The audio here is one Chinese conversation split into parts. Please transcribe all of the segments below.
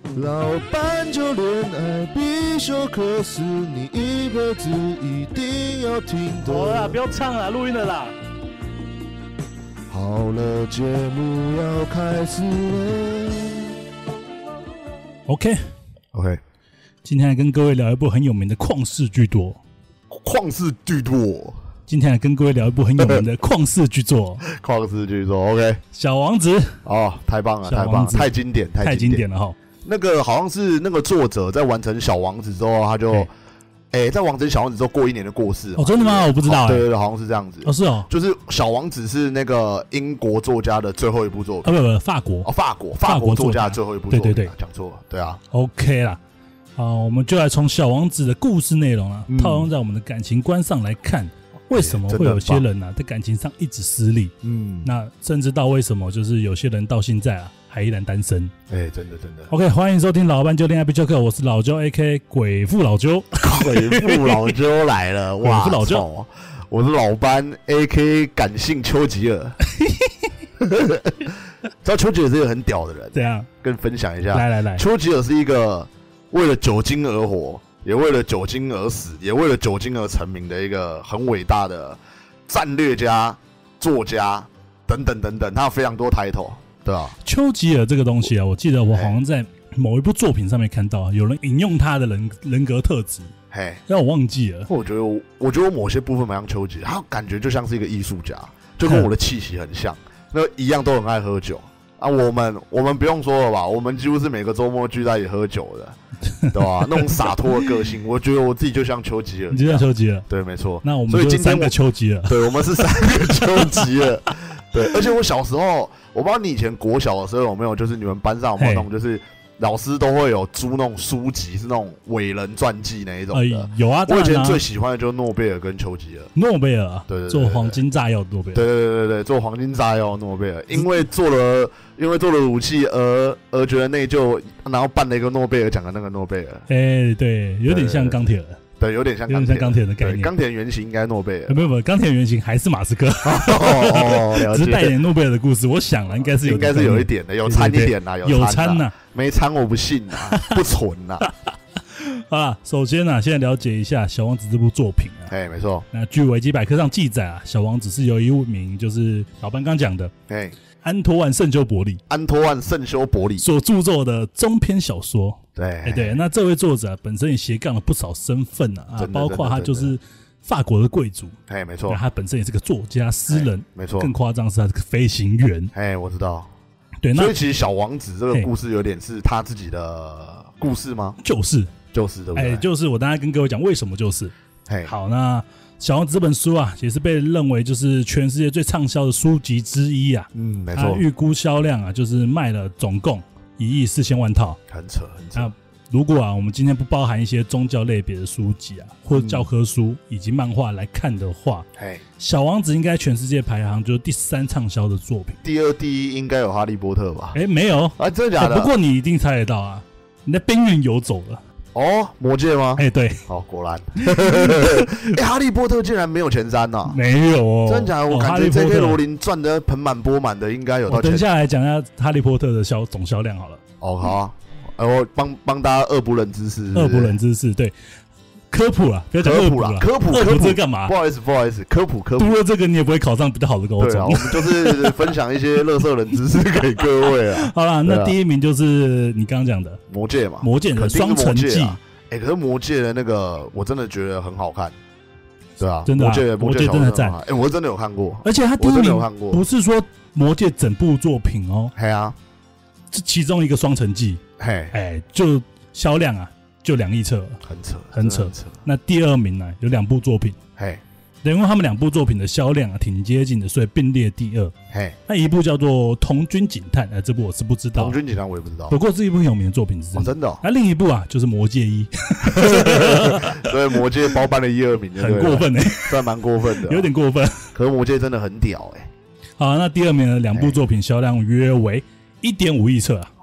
老板就恋爱必修课是你一辈子一定要听的。 好了啦，不要唱了，录音了啦。 好了，节目要开始了。 OK， 今天来跟各位聊一部很有名的旷世巨作。 旷世巨作。 今天来跟各位聊一部很有名的旷世巨作。 旷世巨作 ，OK。 小王子。 哦，太棒了，太棒了，太经典， 太经典了哈。 那个好像是那个作者在完成小王子之后，他就，在完成小王子之后过1年就过世了。 哦，真的吗？我不知道。 对对对，好像是这样子。 哦，是哦。 就是小王子是那个英国作家的最后一部作品。 不，法国。 哦，法国作家的最后一部作品。对，讲错了。对啊。 OK 啦。好，我们就来从小王子的故事内容啊，套用在我们的感情观上来看。为什么会有些人在感情上一直失利？那甚至到为什么就是有些人到现在还依然单身？ 真的。 OK， 欢迎收听老班就恋爱必修课，我是老周 AK 鬼父老周。 鬼父老周来了，哇！ 鬼父老周， 我是老班 AK 感性丘吉尔。知道丘吉尔是一个很屌的人， 怎样？ 跟分享一下。 来， 丘吉尔是一个为了酒精而活，也为了酒精而死，也为了酒精而成名的一个很伟大的战略家、作家等等，他有非常多 title， 对吧？ 丘吉尔这个东西啊，我记得我好像在某一部作品上面看到，有人引用他的人格特质，让我忘记了。 我觉得我某些部分蛮像丘吉尔，他感觉就像是一个艺术家，就跟我的气息很像，那一样都很爱喝酒。我们不用说了吧，我们几乎是每个周末聚在一起喝酒的，对吧？那种洒脱的个性，我觉得我自己就像丘吉尔。 你就像丘吉尔？ 对，没错。 那我们就3个丘吉尔。 对，我们是3个丘吉尔。对，而且我小时候，我不知道你以前国小的时候有没有，就是你们班上有没有那种，就是老师都会有租那种书籍，是那种伟人传记那一种的。 有啊， 我以前最喜欢的就是诺贝尔跟丘吉尔。 诺贝尔， 对， 做黄金炸药诺贝尔。 对，做黄金炸药诺贝尔，因为做了武器而觉得内疚，然后办了一个诺贝尔奖的那个诺贝尔。 对，有点像钢铁人。 对，有点像钢铁人的概念。钢铁人原型应该诺贝尔。 没有，钢铁人原型还是马斯克。只是带点诺贝尔的故事，我想了，应该是有一点的，有掺一点啦， 有掺呐， 没掺我不信呐，不纯呐。 好啦，首先先来了解一下《小王子》这部作品啊。 没错。 那据维基百科上记载啊，《小王子》是由一名就是老班刚讲的，安托万·圣修伯里所著作的中篇小说。对，那这位作者本身也斜杠了不少身份包括他就是法国的贵族， 没错。 他本身也是个作家、诗人， 没错。 更夸张是他是个飞行员， 我知道。 对， 所以其实小王子这个故事有点是他自己的故事吗？ 就是对不对？ 就是我等下跟各位讲为什么就是。好，那小王子这本书啊，也是被认为就是全世界最畅销的书籍之一啊。 没错。 预估销量啊，就是卖了总共1.4亿套，很扯。那如果我们今天不包含一些宗教类别的书籍或者教科书以及漫画来看的话，小王子应该全世界排行就是第3畅销的作品。 第2、第1应该有哈利波特吧？ 没有真的假的？ 不过你一定猜得到啊，你在边缘游走了。 魔戒吗？ 对。 果然。哈利波特竟然没有前3呐？ 没有真的假的？我感觉 J.K. 罗琳赚得盆满钵满的，应该有到前。 我等一下来讲一下哈利波特的总销量好了。 好啊。我帮大家恶补冷知识。 对。科普啦，不要讲恶补啦。 科普这干嘛？ 不好意思，科普。读了这个你也不会考上比较好的高中。 对啊，我们就是分享一些垃圾冷知识给各位啊。 好啦，那第1名就是你刚刚讲的魔戒嘛， 魔戒的双城记。 可是魔戒的那个我真的觉得很好看。对啊， 真的魔戒真的赞。 我真的有看过， 而且他第1名不是说魔戒整部作品这其中一个双城记，就销量就2亿册，很扯。那第2名呢，有2部作品，因为他们2部作品的销量挺接近的，所以并列第2。那一部叫做《童军警探》，这部我是不知道。 童军警探我也不知道， 不过是一部很有名的作品，是真的。 那另一部就是《魔戒1》， 所以《魔戒》包办了1、2名， 很过分算蛮过分的， 有点过分。 可是《魔戒》真的很屌好，那第2名的2部作品销量约为1.5亿册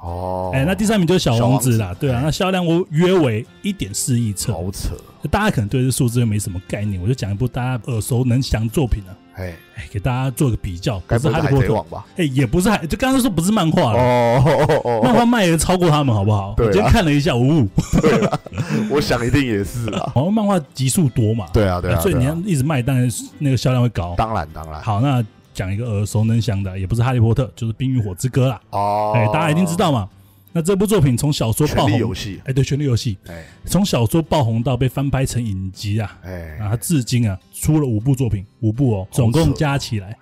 哦， 那第3名就是小王子啦，对啊，那销量我约为1.4亿册， 好扯。 大家可能对这数字又没什么概念，我就讲一部大家耳熟能详作品啊。给大家做个比较， 该不是海贼王吧？ 也不是就刚刚说不是漫画了漫画卖的超过他们，好不好？我今天看了一下， 对啊，我想一定也是啊。 漫画集数多嘛？ 对啊， 所以你要一直卖，当然那个销量会高。 当然。 好，那讲一个耳熟能详的，也不是哈利波特，就是《冰与火之歌》啦。大家一定知道嘛。那这部作品从小说爆红， 权力游戏， 对，权力游戏，从小说爆红到被翻拍成影集啊，它至今啊出了5部作品，5部哦，总共加起来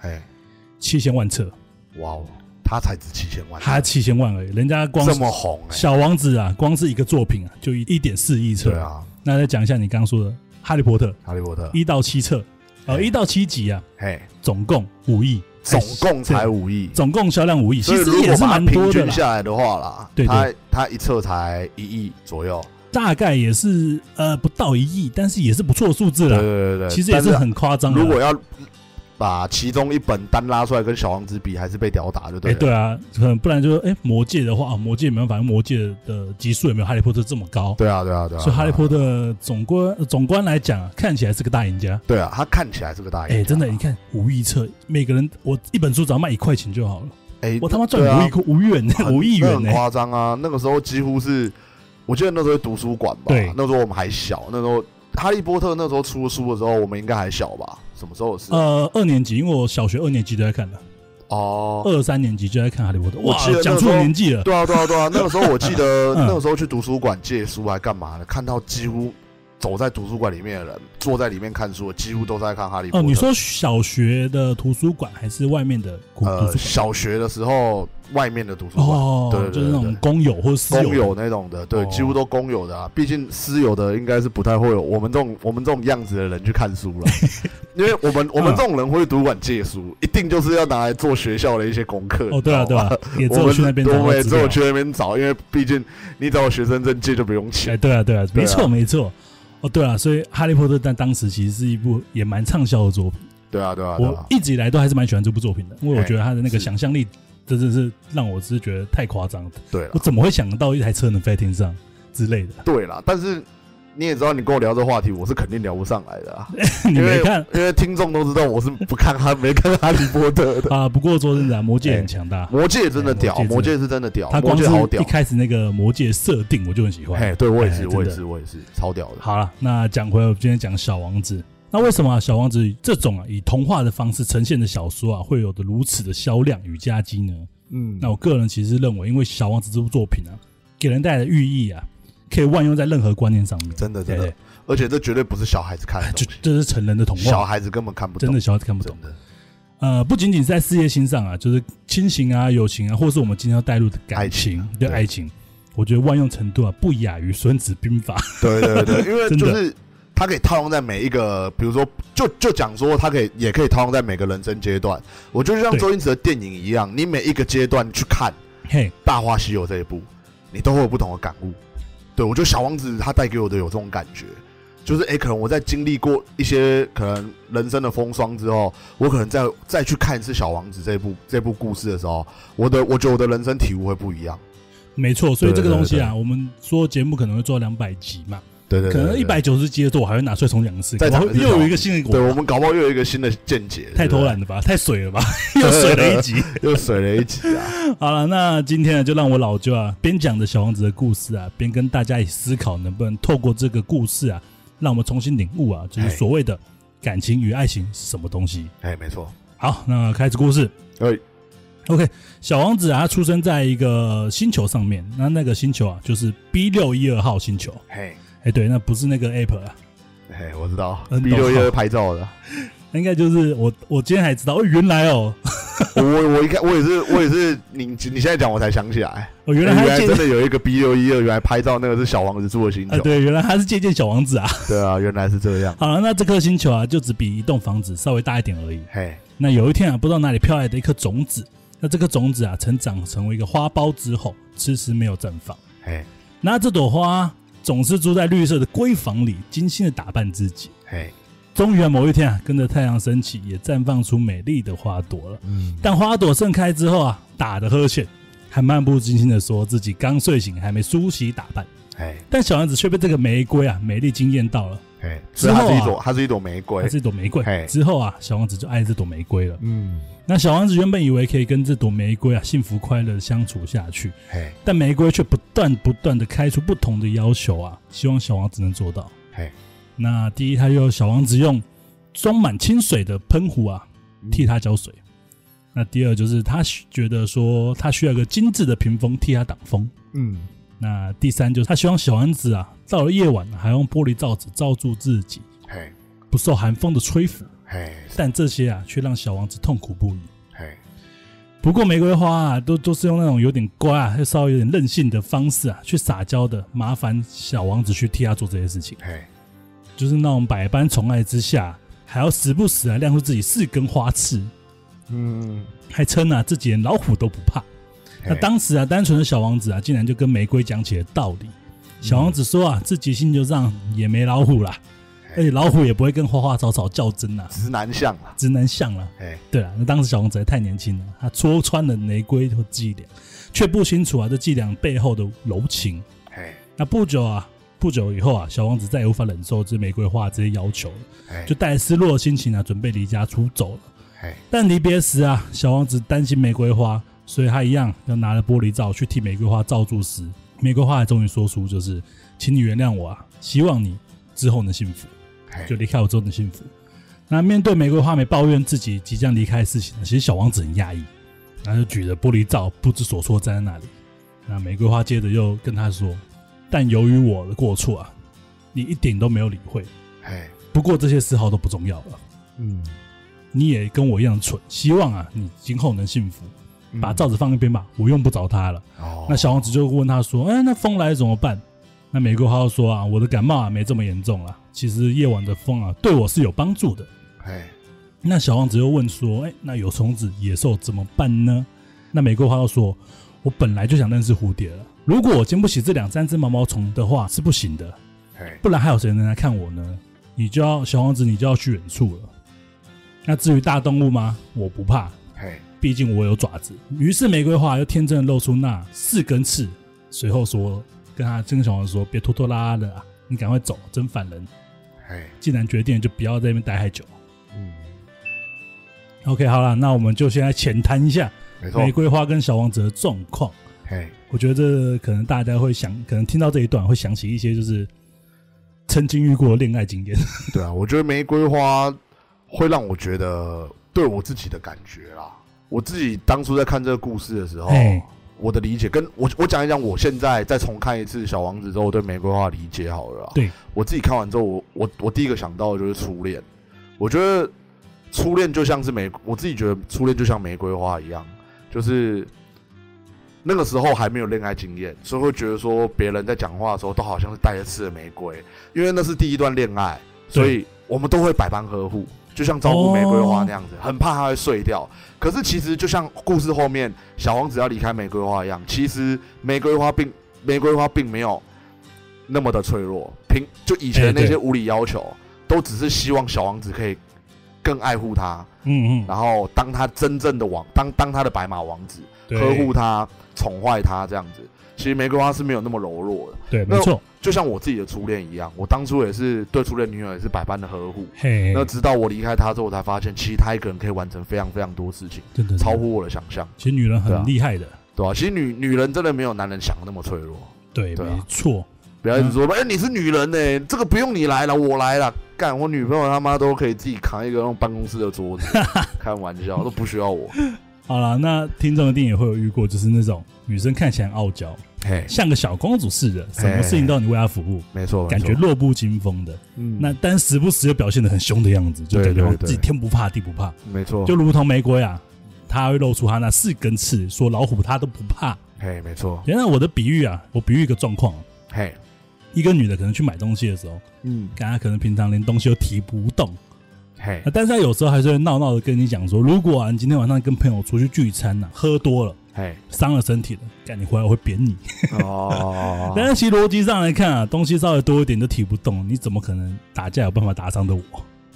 7000万册， 哇哦，他才值7000万， 他7000万而已，人家光这么红， 小王子啊，光是一个作品啊，就1.4亿册， 对啊。 那再讲一下你刚刚说的哈利波特1到7册，1到7集啊，总共5亿。 总共才5亿， 总共销量5亿， 其实也是蛮多的啦。 平均下来的话啦， 对， 它一册才1亿左右， 大概也是不到1亿，但是也是不错的数字啦。 对， 其实也是很夸张。 如果要把其中一本单拉出来跟小王子比，还是被吊打，就对了。 对啊，不然就魔戒的话，魔戒没办法，魔戒的集数也没有哈利波特这么高。 对啊。 所以哈利波特总观来讲，看起来是个大赢家。 对啊，他看起来是个大赢家。 真的，你看5亿册，每个人我一本书只要卖1块钱就好了。我他妈赚5亿元， 很夸张啊！那个时候几乎是，我记得那时候图书馆吧，那时候我们还小，那时候哈利波特那时候出书的时候，我们应该还小吧。什么时候是 ？2年级，因为我小学2年级就在看了。2、3年级就在看哈利波特。哇，讲出年纪了。 对啊。那个时候我记得，那个时候去图书馆借书还干嘛呢？看到几乎走在图书馆里面的人，坐在里面看书的，几乎都在看哈利波特。 你说小学的图书馆还是外面的图书馆？ 小学的时候外面的图书馆，对， 就是那种公有或者私有那种的，对，几乎都公有的啊。毕竟私有的应该是不太会有我们这种样子的人去看书了，因为我们这种人会去图书馆借书，一定就是要拿来做学校的一些功课。 对啊，也只有去那边找， 我们也只有去那边找，因为毕竟你找学生证借就不用钱。 对啊，没错。对啊，所以《哈利波特》在当时其实是一部也蛮畅销的作品。 对啊， 我一直以来都还是蛮喜欢这部作品的，因为我觉得他的那个想象力真的是让我是觉得太夸张了。 对， 我怎么会想得到一台车能飞在天上之类的？ 对啦，但是你也知道，你跟我聊这话题，我是肯定聊不上来的啊。 你没看， 因为听众都知道我是没看哈利波特的啊。不过说真的，魔戒很强大， 魔戒真的屌，魔戒是真的屌， 他光是一开始那个魔戒设定我就很喜欢。 对我也是超屌的。 好了，那讲回来，我今天讲小王子。那为什么小王子这种以童话的方式呈现的小说会有的如此的销量与佳绩呢？那我个人其实认为，因为小王子这部作品给人带来的寓意可以万用在任何观念上面。 真的。而且这绝对不是小孩子看的东西， 这是成人的童话， 小孩子根本看不懂， 真的小孩子看不懂的。不仅仅是在事业心上就是亲情友情或是我们今天要带入的感情，爱情，我觉得万用程度不亚于《孙子兵法》。 对，因为就是它可以套用在每一个，比如说就讲说它也可以套用在每个人生阶段。我觉得像周星驰的电影一样，你每一个阶段去看《大话西游》这一部，你都会有不同的感悟。对，我觉得小王子他带给我的有这种感觉。就是可能我在经历过一些可能人生的风霜之后，我可能再去看一次小王子这部故事的时候，我觉得我的人生体悟会不一样。 没错，所以这个东西我们说节目可能会做200集嘛， 对， 可能190集的时候我还会拿出来重讲一次，又有一个新的对，我们搞不好又有一个新的见解。 太偷懒了吧，太水了吧，又水了一集，好了，那今天就让我老舅边讲着小王子的故事边跟大家一起思考，能不能透过这个故事让我们重新领悟就是所谓的感情与爱情是什么东西。 没错。好， 那开始故事。OK， 小王子他出生在一个星球上面，那个星球就是B612号星球。对，那不是那个 Apple 我知道 B612 拍照的， 应该就是我今天还知道原来我也是你现在讲我才想起来， 原来真的有一个 B612， 原来拍照那个是小王子住的星球。 对，原来他是借鉴小王子对啊，原来是这样。 好了，那这颗星球就只比一栋房子稍微大一点而已。那有一天不知道哪里飘来的一颗种子，那这颗种子成长成为一个花苞之后，迟迟没有绽放。那这朵花总是住在绿色的闺房里，精心的打扮自己。终于某一天跟着太阳升起，也绽放出美丽的花朵了。但花朵盛开之后打得呵欠， 还漫不经心的说自己刚睡醒，还没梳洗打扮。但小王子却被这个玫瑰啊美丽惊艳到了。 之后啊，它是一朵玫瑰， 之后啊，小王子就爱这朵玫瑰了。那小王子原本以为可以跟这朵玫瑰啊幸福快乐的相处下去，但玫瑰却不断的开出不同的要求啊，希望小王子能做到。那第一，他要小王子用装满清水的喷壶啊替他浇水。那第二就是他觉得说他需要一个精致的屏风替他挡风。那第三就是他希望小王子啊到了夜晚还用玻璃罩子罩住自己，不受寒风的吹拂。但这些啊却让小王子痛苦不已。不过玫瑰花啊都是用那种有点乖啊又稍微有点任性的方式啊去撒娇的麻烦小王子去替他做这些事情。就是那种百般宠爱之下还要时不时啊亮出自己4根花刺，还称啊自己连老虎都不怕。那当时啊单纯的小王子啊竟然就跟玫瑰讲起了道理。小王子说啊自己星球上也没老虎啦，而且老虎也不会跟花花草草较真啊， 直男像啦。 对了，那当时小王子还太年轻了，他戳穿了玫瑰和伎俩，却不清楚啊这伎俩背后的柔情。那不久以后啊，小王子再也无法忍受这玫瑰花这些要求了，就带失落的心情啊准备离家出走了。但离别时啊，小王子担心玫瑰花，所以他一样要拿了玻璃罩去替玫瑰花罩住时，玫瑰花还终于说出就是请你原谅我啊，希望你之后能幸福，就离开我之后能幸福。那面对玫瑰花没抱怨自己即将离开的事情，其实小王子很讶异，然后就举着玻璃罩不知所措站在那里。那玫瑰花接着又跟他说，但由于我的过错啊，你一点都没有理会。不过这些丝毫都不重要了。你也跟我一样蠢，希望啊你今后能幸福。把罩子放一边吧，我用不着它了。那小王子就问他说，那风来怎么办？那玫瑰花就说啊，我的感冒啊没这么严重啦，其实夜晚的风啊对我是有帮助的。那小王子又问说，那有虫子野兽怎么办呢？那玫瑰花又说，我本来就想认识蝴蝶了，如果我经不起这2-3只毛毛虫的话是不行的，不然还有谁能来看我呢？小王子你就要去远处了。那至于大动物吗？我不怕，毕竟我有爪子。于是玫瑰花又天真的露出那4根刺，随后说跟小王子说，别拖拖拉拉的啊，你赶快走，真烦人。既然决定就不要在那边待太久。OK 好了，那我们就先来浅谈一下玫瑰花跟小王子的状况。我觉得这可能大家会可能听到这一段会想起一些就是曾经遇过的恋爱经验。 对啊，我觉得玫瑰花会让我觉得对我自己的感觉啦，我自己当初在看这个故事的时候，我的理解跟我讲一讲，我现在再重看一次小王子之后对玫瑰花的理解好了啦。 对， 我自己看完之后，我第一个想到的就是初恋。我觉得初恋就像是我自己觉得初恋就像玫瑰花一样，就是那个时候还没有恋爱经验，所以会觉得说别人在讲话的时候都好像是带着刺的玫瑰，因为那是第一段恋爱，所以我们都会百般呵护，就像照顾玫瑰花那样子，很怕它会碎掉。可是其实就像故事后面小王子要离开玫瑰花一样，其实玫瑰花并没有那么的脆弱，就以前的那些无理要求，都只是希望小王子可以更爱护他，然后当他真正的当他的白马王子，呵护他，宠坏他这样子。其实玫瑰花是没有那么柔弱的， 对，没错。 就像我自己的初恋一样，我当初也是对初恋女友也是百般的呵护。那直到我离开她之后，我才发现，其实她一个人可以完成非常非常多事情，真的超乎我的想象。 其实女人很厉害的， 对啊，其实女人真的没有男人想的那么脆弱。 对，没错。 不要一直说，你是女人呢，这个不用你来了，我来了。干，我女朋友他妈都可以自己扛一个那种办公室的桌子，开玩笑，都不需要我。 好啦，那听众一定也会有遇过，就是那种女生看起来很傲娇，像个小公主似的，什么事情都要你为她服务， 没错， 感觉弱不禁风的。那但时不时又表现得很凶的样子，就感觉自己天不怕地不怕。 没错， 就如同玫瑰啊，她会露出她那4根刺，说老虎她都不怕。 没错。 原来我的比喻啊，我比喻一个状况，一个女的可能去买东西的时候，她可能平常连东西都提不动。但是他有时候还是会闹闹的跟你讲说，如果你今天晚上跟朋友出去聚餐喝多了，伤了身体了，干你回来我会扁你。但是其实逻辑上来看东西稍微多一点都提不动，你怎么可能打架有办法打伤的我？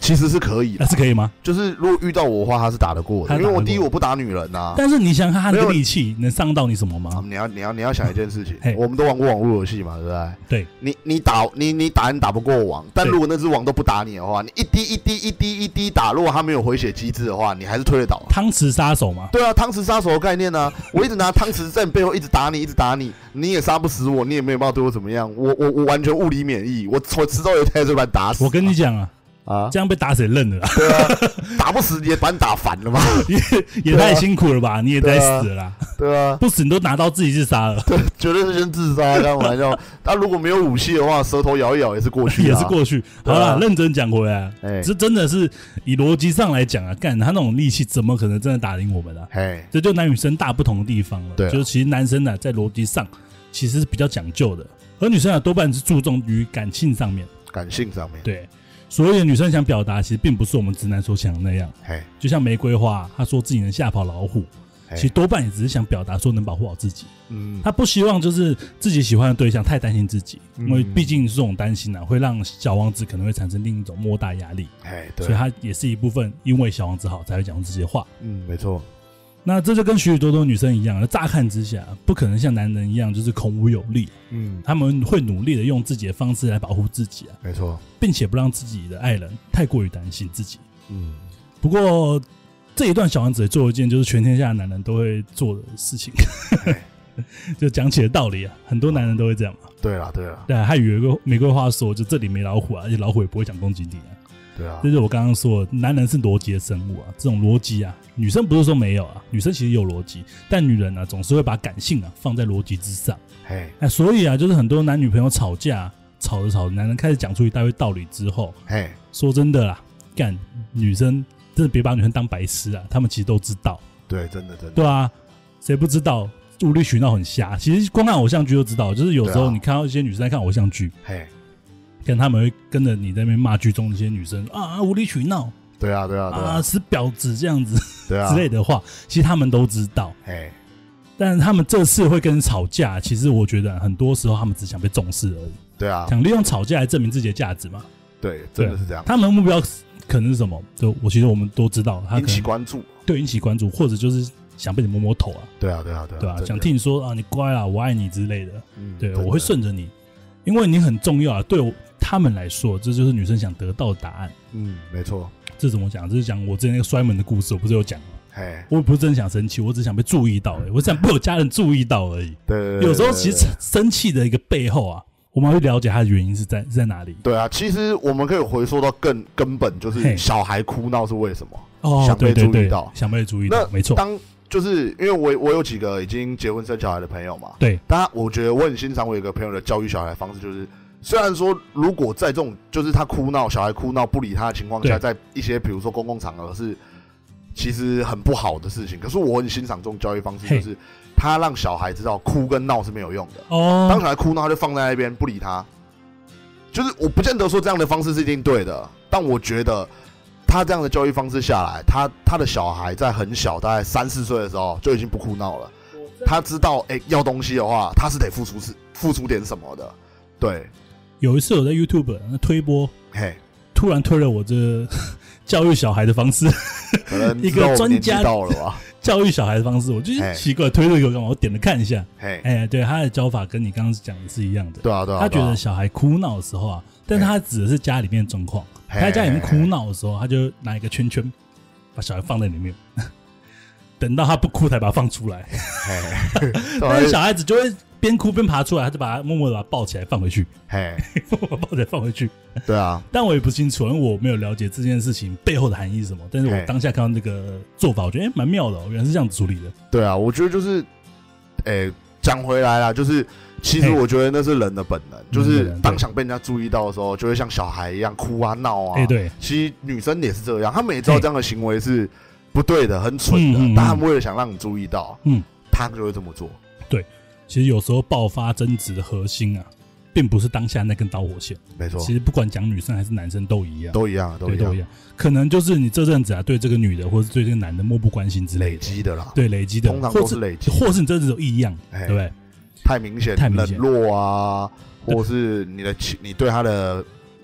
其实是可以的， 那是可以吗？ 就是如果遇到我的话，他是打得过的，因为我第一我不打女人啊。 但是你想看他的力气能伤到你什么吗？ 你要想一件事情，我们都玩过网络游戏嘛，对不对？ 对， 你打不过王，但如果那只王都不打你的话，你一滴打，如果他没有回血机制的话，你还是推得倒。 汤匙杀手嘛？ 对啊，汤匙杀手的概念啊，我一直拿汤匙在你背后一直打你，你也杀不死我，你也没有办法对我怎么样，我完全物理免疫，我迟早有一天就把你打死。 我跟你讲啊，这样被打死也认了啦。 对啊，打不死你也把你打烦了嘛， 也太辛苦了吧，你也该死了啦。 对啊， 不死你都拿刀自己自杀了。 对，绝对是先自杀，开玩笑。他如果没有武器的话，舌头咬一咬也是过去， 也是过去。好啦，认真讲回来，这真的是以逻辑上来讲啊，干他那种力气怎么可能真的打赢我们啊？这就男女生大不同的地方了。 对， 就是其实男生呢，在逻辑上其实是比较讲究的，而女生啊多半是注重于感性上面。对。所有的女生想表达，其实并不是我们直男所想的那样。就像玫瑰花，她说自己能吓跑老虎，其实多半也只是想表达说能保护好自己。她不希望就是自己喜欢的对象太担心自己，因为毕竟这种担心啊，会让小王子可能会产生另一种莫大压力。所以她也是一部分因为小王子好才会讲出这些话。 没错。 那这就跟许许多多女生一样，乍看之下不可能像男人一样就是孔武有力。他们会努力的用自己的方式来保护自己啊， 没错， 并且不让自己的爱人太过于担心自己。不过这一段小王子也做了一件就是全天下的男人都会做的事情，就讲起了道理啊，很多男人都会这样嘛。 对啊， 还有一个玫瑰花说，就这里没老虎啊，而且老虎也不会想攻击你啊。 对啊， 这就是我刚刚说的，男人是逻辑的生物啊，这种逻辑啊，女生不是说没有啊，女生其实有逻辑，但女人呢，总是会把感性啊放在逻辑之上。所以啊，就是很多男女朋友吵架，吵着，男人开始讲出一大堆道理之后，说真的啦，干女生真的别把女生当白痴啊，他们其实都知道。 对，真的。 对啊，谁不知道无理取闹很瞎？其实光看偶像剧就知道，就是有时候你看到一些女生在看偶像剧，跟他们会跟着你在那边骂剧中那些女生啊无理取闹， 对啊， 死婊子这样子， 对啊之类的话，其实他们都知道。但是他们这次会跟人吵架，其实我觉得很多时候他们只想被重视而已。 对啊， 想利用吵架来证明自己的价值嘛。 对，真的是这样。 他们的目标可能是什么？就其实我们都知道，他引起关注， 对，引起关注，或者就是想被你摸摸头啊。 对啊， 想听你说啊，你乖啦，我爱你之类的。对，我会顺着你，因为你很重要啊。对他们来说，这就是女生想得到的答案。 没错。 这怎么讲？这是讲我之前那个摔门的故事，我不是有讲吗？我不是真的想生气，我只想被注意到，我只想被我家人注意到而已。 对， 有时候其实生气的一个背后啊，我们会了解它的原因是在哪里。 对啊，其实我们可以回溯到更根本，就是小孩哭闹是为什么？ 想被注意到， 想被注意到，没错。 就是因为我有几个已经结婚生小孩的朋友嘛， 对， 但我觉得我很欣赏我有一个朋友的教育小孩的方式，就是虽然说如果在这种就是他哭闹，小孩哭闹不理他的情况下，在一些比如说公共场合是其实很不好的事情，可是我很欣赏这种教育方式，就是他让小孩知道哭跟闹是没有用的。当小孩哭闹，他就放在那边不理他。就是我不见得说这样的方式是一定对的，但我觉得他这样的教育方式下来，他的小孩在很小，大概3、4岁的时候就已经不哭闹了。他知道，要东西的话，他是得付出点什么的。对， 有一次我在 YouTube 那推播，突然推了我这教育小孩的方式， 可能一个专家到了吧？ 教育小孩的方式，我就奇怪，推这个干嘛？我点了看一下，对，他的教法跟你刚刚讲的是一样的。 对啊。 他觉得小孩哭闹的时候啊，但是他指的是家里面的状况。他在家里面哭闹的时候，他就拿一个圈圈把小孩放在里面，等到他不哭才把他放出来。但是小孩子就会边哭边爬出来，他就把他默默的把他抱起来放回去，抱起来放回去。 对啊， 但我也不清楚，因为我没有了解这件事情背后的含义是什么。但是我当下看到那个做法，我觉得蛮妙的，原来是这样子处理的。 对啊，我觉得就是，讲回来啦，就是其实我觉得那是人的本能，就是当想被人家注意到的时候，就会像小孩一样哭啊闹啊。 对， 其实女生也是这样，她们也知道这样的行为是不对的、很蠢的，但她们为了想让你注意到，她就会这么做。 对，其实有时候爆发争执的核心啊，并不是当下那根导火线。 没错， 其实不管讲女生还是男生都一样， 都一样。 可能就是你这阵子啊，对这个女的或是对这个男的漠不关心之类的， 累积的啦。 对，累积的， 通常都是累积， 或是你这阵子有异样，对不对？ 太明显，冷落啊，或是你对他的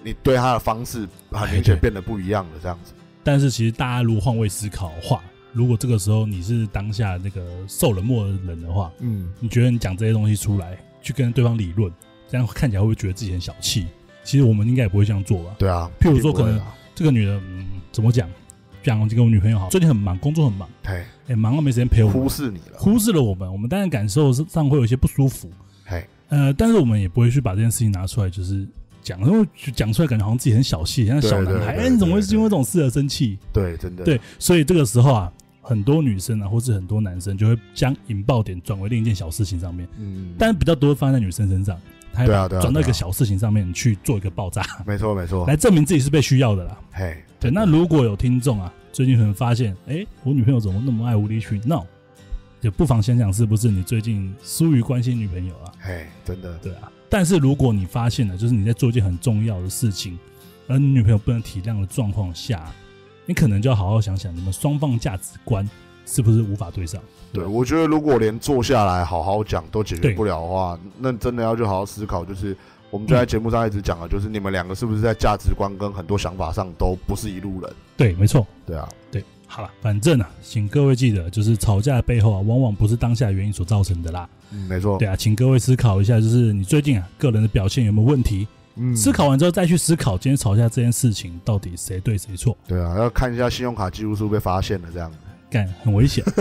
你对他的方式很明显变得不一样了，这样子。 但是其实大家如果换位思考的话，如果这个时候你是当下那个受冷漠的人的话，你觉得你讲这些东西出来，去跟对方理论，这样看起来会不会觉得自己很小气？其实我们应该也不会这样做吧？ 对啊， 譬如说可能这个女的，怎么讲？讲我跟我女朋友好，最近很忙，工作很忙，忙到没时间陪我们，忽视了我们，我们当然感受上会有一些不舒服，但是我们也不会去把这件事情拿出来，就是讲，因为讲出来感觉好像自己很小气，像小男孩，你怎么会因为这种事而生气？ 对，真的， 对，所以这个时候啊，很多女生啊，或是很多男生就会将引爆点转为另一件小事情上面，但是比较多发生在女生身上。他转到一个小事情上面去做一个爆炸， 没错没错， 来证明自己是被需要的啦。对，那如果有听众啊，最近可能发现，我女朋友怎么那么爱无理取闹，就不妨想想是不是你最近疏于关心女朋友啊？ 真的， 对啊。但是如果你发现了，就是你在做一件很重要的事情，而你女朋友不能体谅的状况下，你可能就要好好想想，你们双方价值观是不是无法对上？ 对，我觉得如果连坐下来好好讲都解决不了的话，那真的要去好好思考，就是我们就在节目上一直讲的，就是你们两个是不是在价值观跟很多想法上都不是一路人？ 对，没错。 对啊， 对，好了，反正啊，请各位记得，就是吵架的背后啊，往往不是当下原因所造成的啦。 没错。 对啊，请各位思考一下，就是你最近啊个人的表现有没有问题？思考完之后再去思考今天吵架这件事情到底谁对谁错。 对啊，要看一下信用卡记录是不是被发现了这样。 很危险。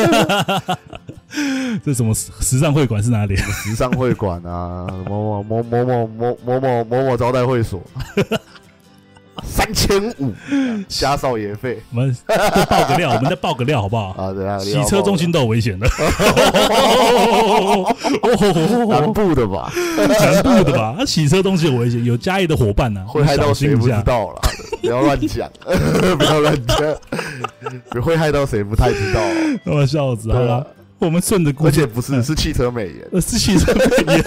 这什么时尚会馆是哪里？ 时尚会馆啊，某某招待会所，3500加少爷费。 我们爆个料，我们再爆个料好不好？ 啊，对啊， 洗车中心都有危险的。 南部的吧？ 南部的吧？洗车中心有危险，有嘉义的伙伴呢， 会害到谁不知道了。不要乱讲，不要乱讲，会害到谁不太知道。 我笑死好了，我们顺着故事，而且是汽车美颜， 是汽车美颜。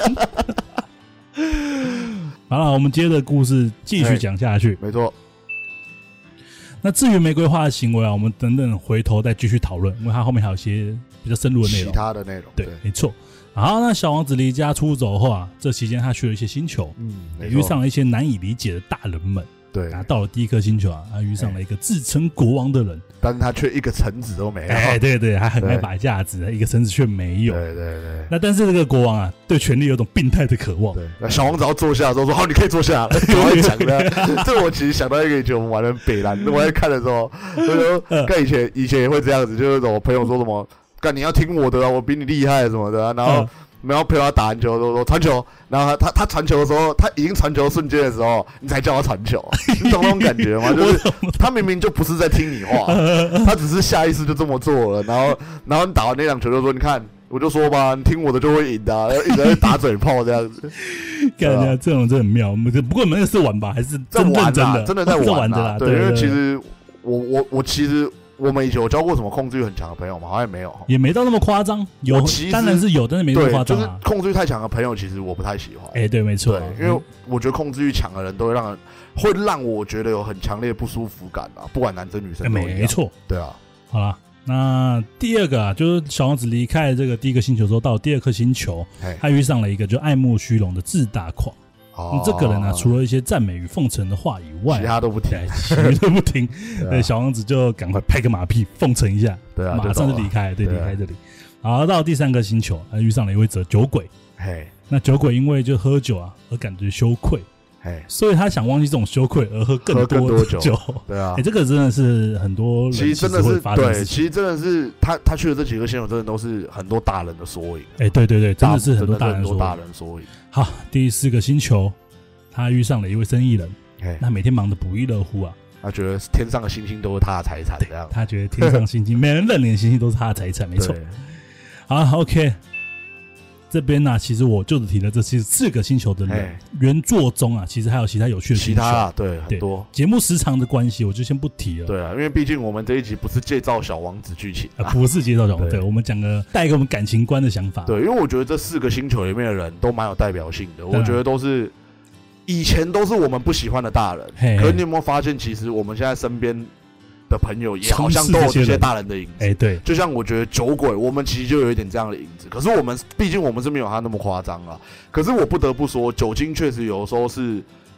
好了，我们接着故事继续讲下去。 没错。 那至于玫瑰花的行为啊，我们等等回头再继续讨论，因为它后面还有一些比较深入的内容， 其他的内容。 对，没错。好，那小王子离家出走后啊，这期间他去了一些星球，也遇上了一些难以理解的大人们。 对， 到了第一颗星球啊，他遇上了一个自称国王的人， 但是他却一个臣子都没有。 对，还很爱摆架子，一个臣子却没有。 对。 那但是这个国王啊，对权力有种病态的渴望。 对，那小王子要坐下的时候说：“好，你可以坐下了。”赶快讲的。这我其实想到一个以前我们玩的北兰，我在看的时候，就说跟以前也会这样子，就是我朋友说什么，干你要听我的啊，我比你厉害什么的啊，然后陪他打篮球，说传球，然后他传球的时候，他已经传球瞬间的时候，你才叫他传球，你懂那种感觉吗？就是他明明就不是在听你话，他只是下意识就这么做了，然后你打完那两球就说，你看，我就说吧，你听我的就会赢的，然后一直在打嘴炮这样子。 感觉这种真的很妙，不过你们那个是玩吧，还是真的真的在玩的啦？ 对，因为其实我其实。我们以前有交过什么控制欲很强的朋友吗？好像也没有， 也没到那么夸张。有，当然是有，但是没那么夸张。 就是控制欲太强的朋友，其实我不太喜欢。 对，没错。 对，因为我觉得控制欲强的人都会让我觉得有很强烈的不舒服感啊，不管男生女生都一样。 没错， 对啊。 好啦，那第二个啊，就是小王子离开这个第一个星球之后，到第二颗星球，他遇上了一个就爱慕虚荣的自大狂。这个人啊，除了一些赞美与奉承的话以外， 其他都不听， 对，小王子就赶快拍个马屁奉承一下， 对啊， 马上就离开，离开这里。好，到第三个星球，他遇上了一位酒鬼。那酒鬼因为就喝酒啊，而感觉羞愧，所以他想忘记这种羞愧，而喝更多酒。 对啊， 这个真的是很多人其实真的是对， 其实真的是他去的这几个星球，真的都是很多大人的缩影。 对，真的是很多大人缩影。 好，第四个星球，他遇上了一位生意人，那每天忙得不亦乐乎啊。 他觉得天上的星星都是他的财产，这样。 他觉得天上星星，每人认领的星星都是他的财产，没错。好 ，OK。这边呢，其实我就只提了这4个星球的人，原作中啊，其实还有其他有趣的星球， 对，很多。 节目时长的关系，我就先不提了。 对啊，因为毕竟我们这一集不是介绍小王子剧情， 不是介绍小王子，对，我们讲个带给我们感情观的想法。 对，因为我觉得这4个星球里面的人都蛮有代表性的，我觉得都是以前都是我们不喜欢的大人，可是你有没有发现，其实我们现在身边的朋友也好像都有这些大人的影子， 对， 就像我觉得酒鬼，我们其实就有一点这样的影子。可是毕竟我们是没有他那么夸张啊。可是我不得不说，酒精确实有的时候是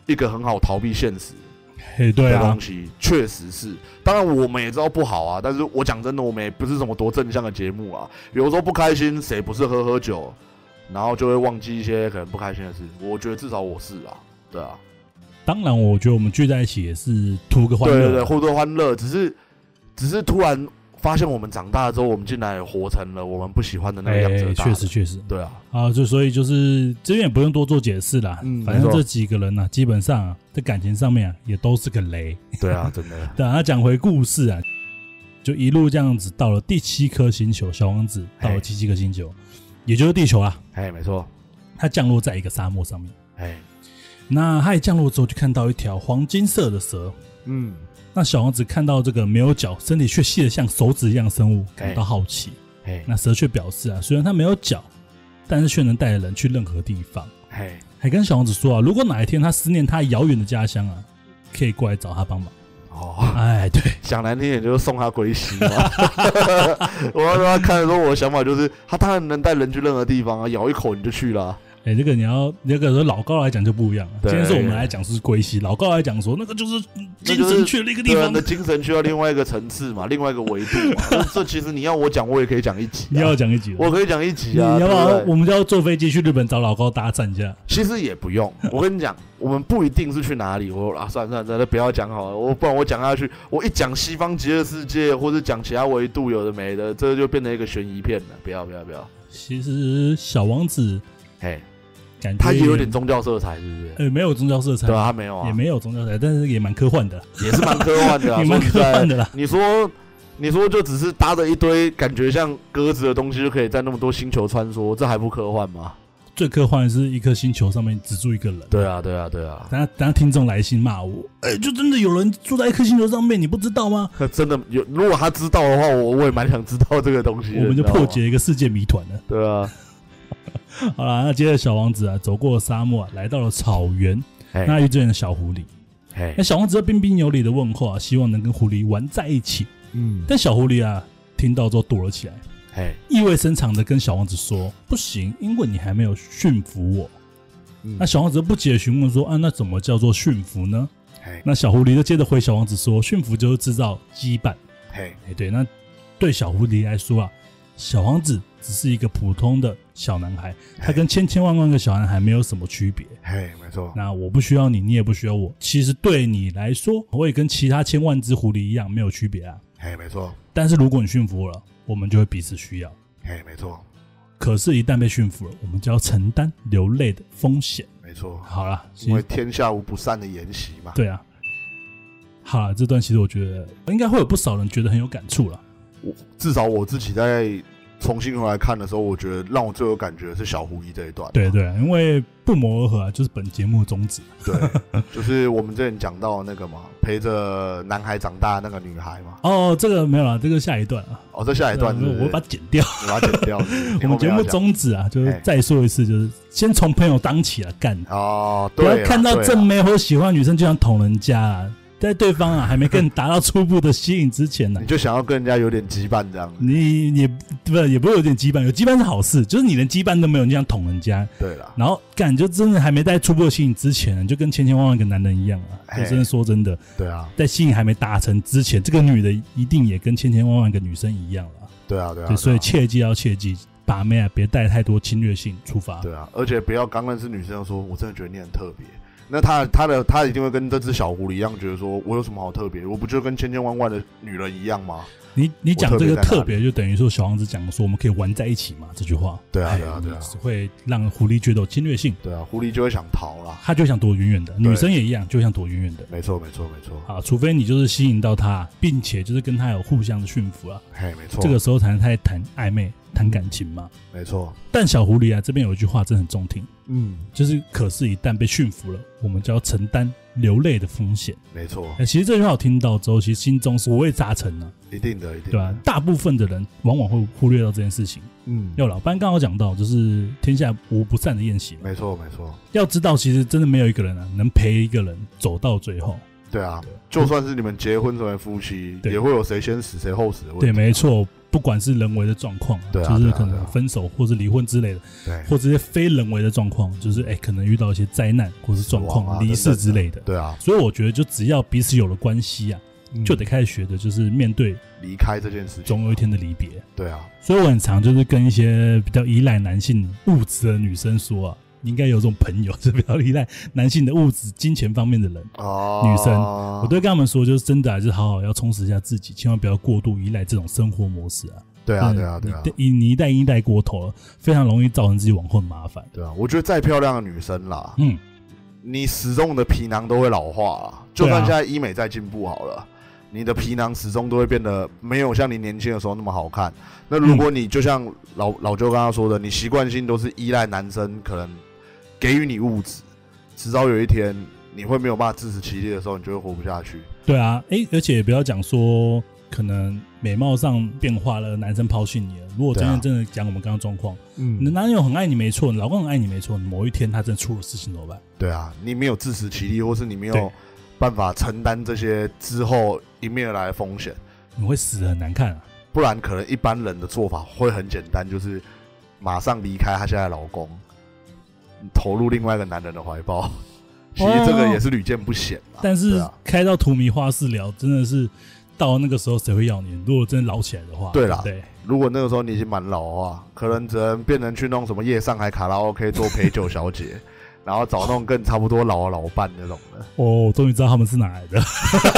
一个很好逃避现实的东西，确实是。当然我们也知道不好啊，但是我讲真的，我们也不是什么多正向的节目啊。有时候不开心，谁不是喝酒，然后就会忘记一些可能不开心的事？我觉得至少我是啊，对啊。 当然，我觉得我们聚在一起也是图个欢乐， 对，互图欢乐。只是突然发现我们长大之后，我们竟然也活成了我们不喜欢的那个样子。 确实， 对啊。 所以就是这边也不用多做解释啦。反正这几个人呢，基本上在感情上面也都是个雷。 对啊，真的。 对啊，讲回故事啊，就一路这样子到了第7颗星球，小王子到了第7颗星球，也就是地球啊。 没错。 他降落在一个沙漠上面。那他一降落之后，就看到一条黄金色的蛇。那小王子看到这个没有脚、身体却细得像手指一样的生物，感到好奇。那蛇却表示啊，虽然它没有脚，但是却能带着人去任何地方。还跟小王子说啊，如果哪一天他思念他遥远的家乡啊，可以过来找他帮忙。对， 讲难听点就是送他归西嘛。我要让他看的时候，我的想法就是，他当然能带人去任何地方啊，咬一口你就去了。 这个你要那个说老高来讲就不一样了。今天是我们来讲是归西，老高来讲说那个就是精神去了一个地方， 的精神去到另外一个层次嘛，另外一个维度嘛。这其实你要我讲，我也可以讲一集。 你要讲一集， 我可以讲一集啊。 你要不要我们就要坐飞机去日本找老高搭讪一下？ 其实也不用，我跟你讲，我们不一定是去哪里。算了，不要讲好了。不然我讲下去，我一讲西方极乐世界，或者讲其他维度有的没的，这就变成一个悬疑片了。不要。 其实小王子，感觉他也有点宗教色彩，是不是？ 没有宗教色彩， 对啊，他没有啊， 也没有宗教色彩，但是也蛮科幻的， 也是蛮科幻的， 也蛮科幻的啦。 你说就只是搭着一堆感觉像鸽子的东西，就可以在那么多星球穿梭，这还不科幻吗？ 最科幻的是一颗星球上面只住一个人。 对啊。 等下听众来信骂我，就真的有人住在一颗星球上面，你不知道吗？ 真的有，如果他知道的话，我也蛮想知道这个东西。 我们就破解一个世界谜团了。 对啊。 好啦，那接着小王子啊，走过沙漠，来到了草原，那遇见了小狐狸。那小王子彬彬有礼的问候啊，希望能跟狐狸玩在一起。但小狐狸啊，听到之后躲了起来，意味深长的跟小王子说：“不行，因为你还没有驯服我。”那小王子不解地询问说：“啊，那怎么叫做驯服呢？”那小狐狸就接着回小王子说：“驯服就是制造羁绊。”对，那对小狐狸来说啊，小王子只是一个普通的小男孩，他跟千千万万个小男孩没有什么区别。 没错。 那我不需要你，你也不需要我。其实对你来说，我也跟其他千万只狐狸一样，没有区别啊。 没错。 但是如果你驯服了，我们就会彼此需要。 没错。 可是，一旦被驯服了，我们就要承担流泪的风险。 没错。 好了， 因为天下无不散的筵席嘛。 对啊。好了，这段其实我觉得应该会有不少人觉得很有感触了。 至少我自己在重新回来看的时候，我觉得让我最有感觉的是小狐狸这一段。 对，因为不谋而合啊，就是本节目的宗旨。 对，就是我们之前讲到那个嘛，陪着男孩长大的那个女孩嘛。 这个没有了，这个下一段啊。 这下一段我把它剪掉。 你把它剪掉。 我们节目宗旨啊，就是再说一次，就是先从朋友当起来干。 对。 不要看到正妹或喜欢女生就想捅人家啊。在对方啊还没跟你达到初步的吸引之前呢， 你就想要跟人家有点羁绊这样子。 你也不是有点羁绊，有羁绊是好事，就是你连羁绊都没有，你想捅人家。 对啦， 然后干就真的还没在初步的吸引之前，你就跟千千万万个男人一样啊。就真的说真的， 对啊， 在吸引还没达成之前，这个女的一定也跟千千万万个女生一样了。 对啊， 所以切记要切记，把妹啊别带太多侵略性出发。 对啊，而且不要刚认识女生就说，我真的觉得你很特别。那他一定会跟这只小狐狸一样，觉得说我有什么好特别？我不就跟千千万万的女人一样吗？ 你讲这个特别，就等于说小王子讲说我们可以玩在一起嘛，这句话。 对啊， 会让狐狸觉得有侵略性。 对啊，狐狸就会想逃啦， 他就想躲远远的，女生也一样，就想躲远远的。 没错。 啊，除非你就是吸引到他，并且就是跟他有互相的驯服啊， 没错， 这个时候才能太谈暧昧、谈感情嘛。 没错。 但小狐狸啊，这边有一句话真的很中听，就是可是一旦被驯服了，我们就要承担流泪的风险。 没错。 其实这句话我听到之后，其实心中是五味杂陈啊。 一定的， 对吧？大部分的人往往会忽略到这件事情。要老班刚好讲到，就是天下无不散的宴席。 没错。 要知道，其实真的没有一个人啊能陪一个人走到最后。 对啊，就算是你们结婚成为夫妻，也会有谁先死谁后死的问题。 对，没错，不管是人为的状况，就是可能分手或是离婚之类的， 对， 或这些非人为的状况，就是可能遇到一些灾难或是状况、离世之类的。 对啊， 所以我觉得，就只要彼此有了关系啊，就得开始学的就是面对离开这件事情， 总有一天的离别。 对啊， 所以我很常就是跟一些比较依赖男性物质的女生说啊，你应该有这种朋友，是比较依赖男性的物质、金钱方面的人，女生，我都会跟他们说，就是真的就是好好要充实一下自己，千万不要过度依赖这种生活模式啊。 对啊， 你一代一代过头了，非常容易造成自己往后的麻烦。 对啊，我觉得再漂亮的女生啦，你始终的皮囊都会老化啦，就算现在医美再进步好了。你的皮囊始终都会变得没有像你年轻的时候那么好看。那如果你就像老舅刚刚说的，你习惯性都是依赖男生可能给予你物质，迟早有一天你会没有办法自食其力的时候，你就会活不下去。 对啊，而且也不要讲说可能美貌上变化了，男生抛弃你了。如果真的讲我们刚刚状况，你的男友很爱你没错，你老公很爱你没错，某一天他真的出了事情怎么办？ 对啊，你没有自食其力，或是你没有办法承担这些之后迎面而来的风险， 你会死得很难看啊。 不然可能一般人的做法会很简单，就是马上离开他现在的老公，投入另外一个男人的怀抱。其实这个也是屡见不鲜啦。 但是开到荼蘼花式聊，真的是到那个时候谁会要你？如果真的老起来的话， 对啦，对。如果那个时候你已经蛮老的话，可能只能变成去弄什么夜上海卡拉 OK 做陪酒小姐。然后找那种更差不多老的老伴那种的。 我终于知道他们是哪来的。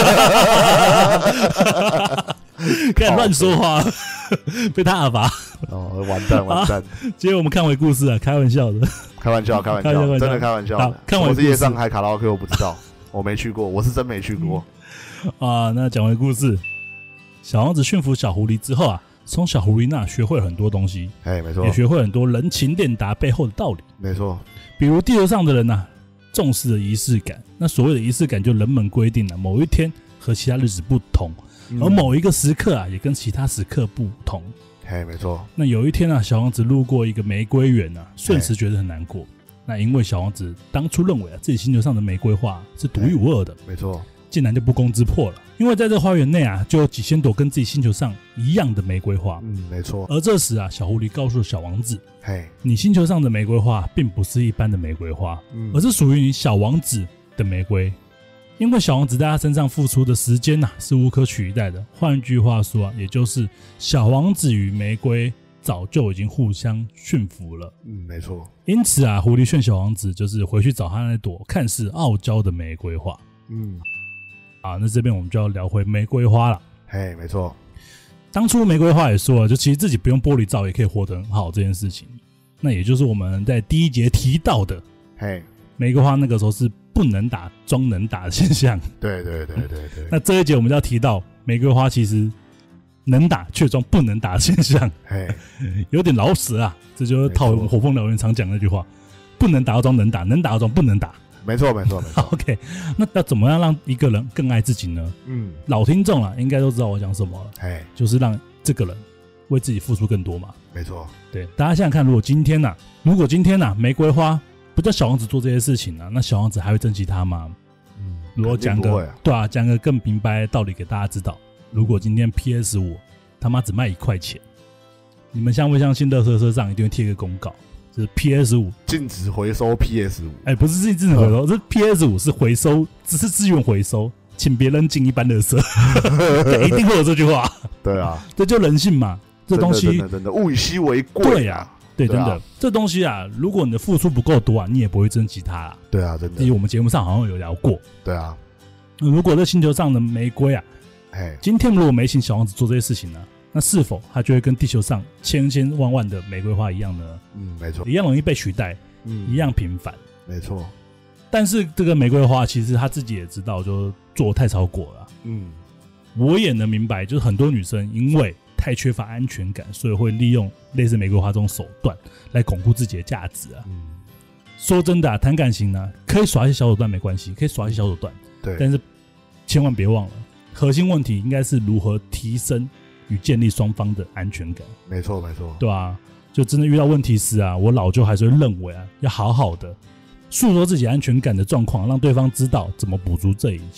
敢乱说话，被他打吧。 完蛋！ 今天我们看回故事啊，开玩笑的， 开玩笑，真的开玩笑的。看我是夜上海卡拉 OK， 我不知道，我没去过，我是真没去过。 那讲回故事，小王子驯服小狐狸之后啊，从小狐狸那学会了很多东西， 没错， 也学会很多人情练达背后的道理， 没错。 比如地球上的人啊，重视的仪式感。那所谓的仪式感，就人们规定了某一天和其他日子不同，而某一个时刻啊，也跟其他时刻不同。 没错。 那有一天啊，小王子路过一个玫瑰园啊，瞬时觉得很难过。那因为小王子当初认为啊，自己星球上的玫瑰花是独一无二的， 没错， 竟然就不攻自破了。因为在这花园内啊，就有几千朵跟自己星球上一样的玫瑰花。 没错。 而这时啊，小狐狸告诉了小王子，你星球上的玫瑰花并不是一般的玫瑰花，而是属于你小王子的玫瑰。因为小王子在他身上付出的时间是无可取代的。换句话说也就是小王子与玫瑰早就已经互相驯服了。 没错。 因此啊，狐狸劝小王子就是回去找他那朵看似傲娇的玫瑰花。那这边我们就要聊回玫瑰花了。 没错。 当初玫瑰花也说了，就其实自己不用玻璃罩也可以活得很好这件事情。那也就是我们在第一节提到的，玫瑰花那个时候是不能打装能打的现象。 对。 那这一节我们就要提到玫瑰花其实能打却装不能打的现象。有点老死啊，这就是套我们火凤燎原常讲那句话：不能打要装能打，能打要装不能打。 没错。 OK， 那要怎么样让一个人更爱自己呢？老听众应该都知道我讲什么了。就是让这个人为自己付出更多嘛。 没错。对， 大家想想看，如果今天玫瑰花不叫小王子做这些事情那小王子还会珍惜他吗？如果讲个更明白的道理给大家知道，如果今天 PS5 他妈只卖1块钱，你们相不相信垃圾车上一定会贴个公告？就是 PS5 禁止回收 PS5， 不是禁止回收，这 PS5 是回收，只是资源回收，请别扔进一般垃圾。一定会有这句话。对啊，这就人性嘛。这东西真的物以稀为贵。 对啊，真的，这东西如果你的付出不够多你也不会珍惜它啦。 对啊，真的。 因为我们节目上好像有聊过。 对啊， 如果在星球上的玫瑰今天如果没请小王子做这些事情呢？那是否它就会跟地球上千千万万的玫瑰花一样呢？ 没错， 一样容易被取代，一样平凡， 没错。 但是这个玫瑰花其实他自己也知道，就做太超过了。我也能明白，就是很多女生因为太缺乏安全感，所以会利用类似玫瑰花这种手段来巩固自己的价值啊。说真的谈感情可以耍一些小手段没关系，可以耍一些小手段， 对， 但是千万别忘了，核心问题应该是如何提升与建立双方的安全感。 没错， 对啊，就真的遇到问题时我老舅还是会认为要好好的诉说自己安全感的状况，让对方知道怎么补足这一切。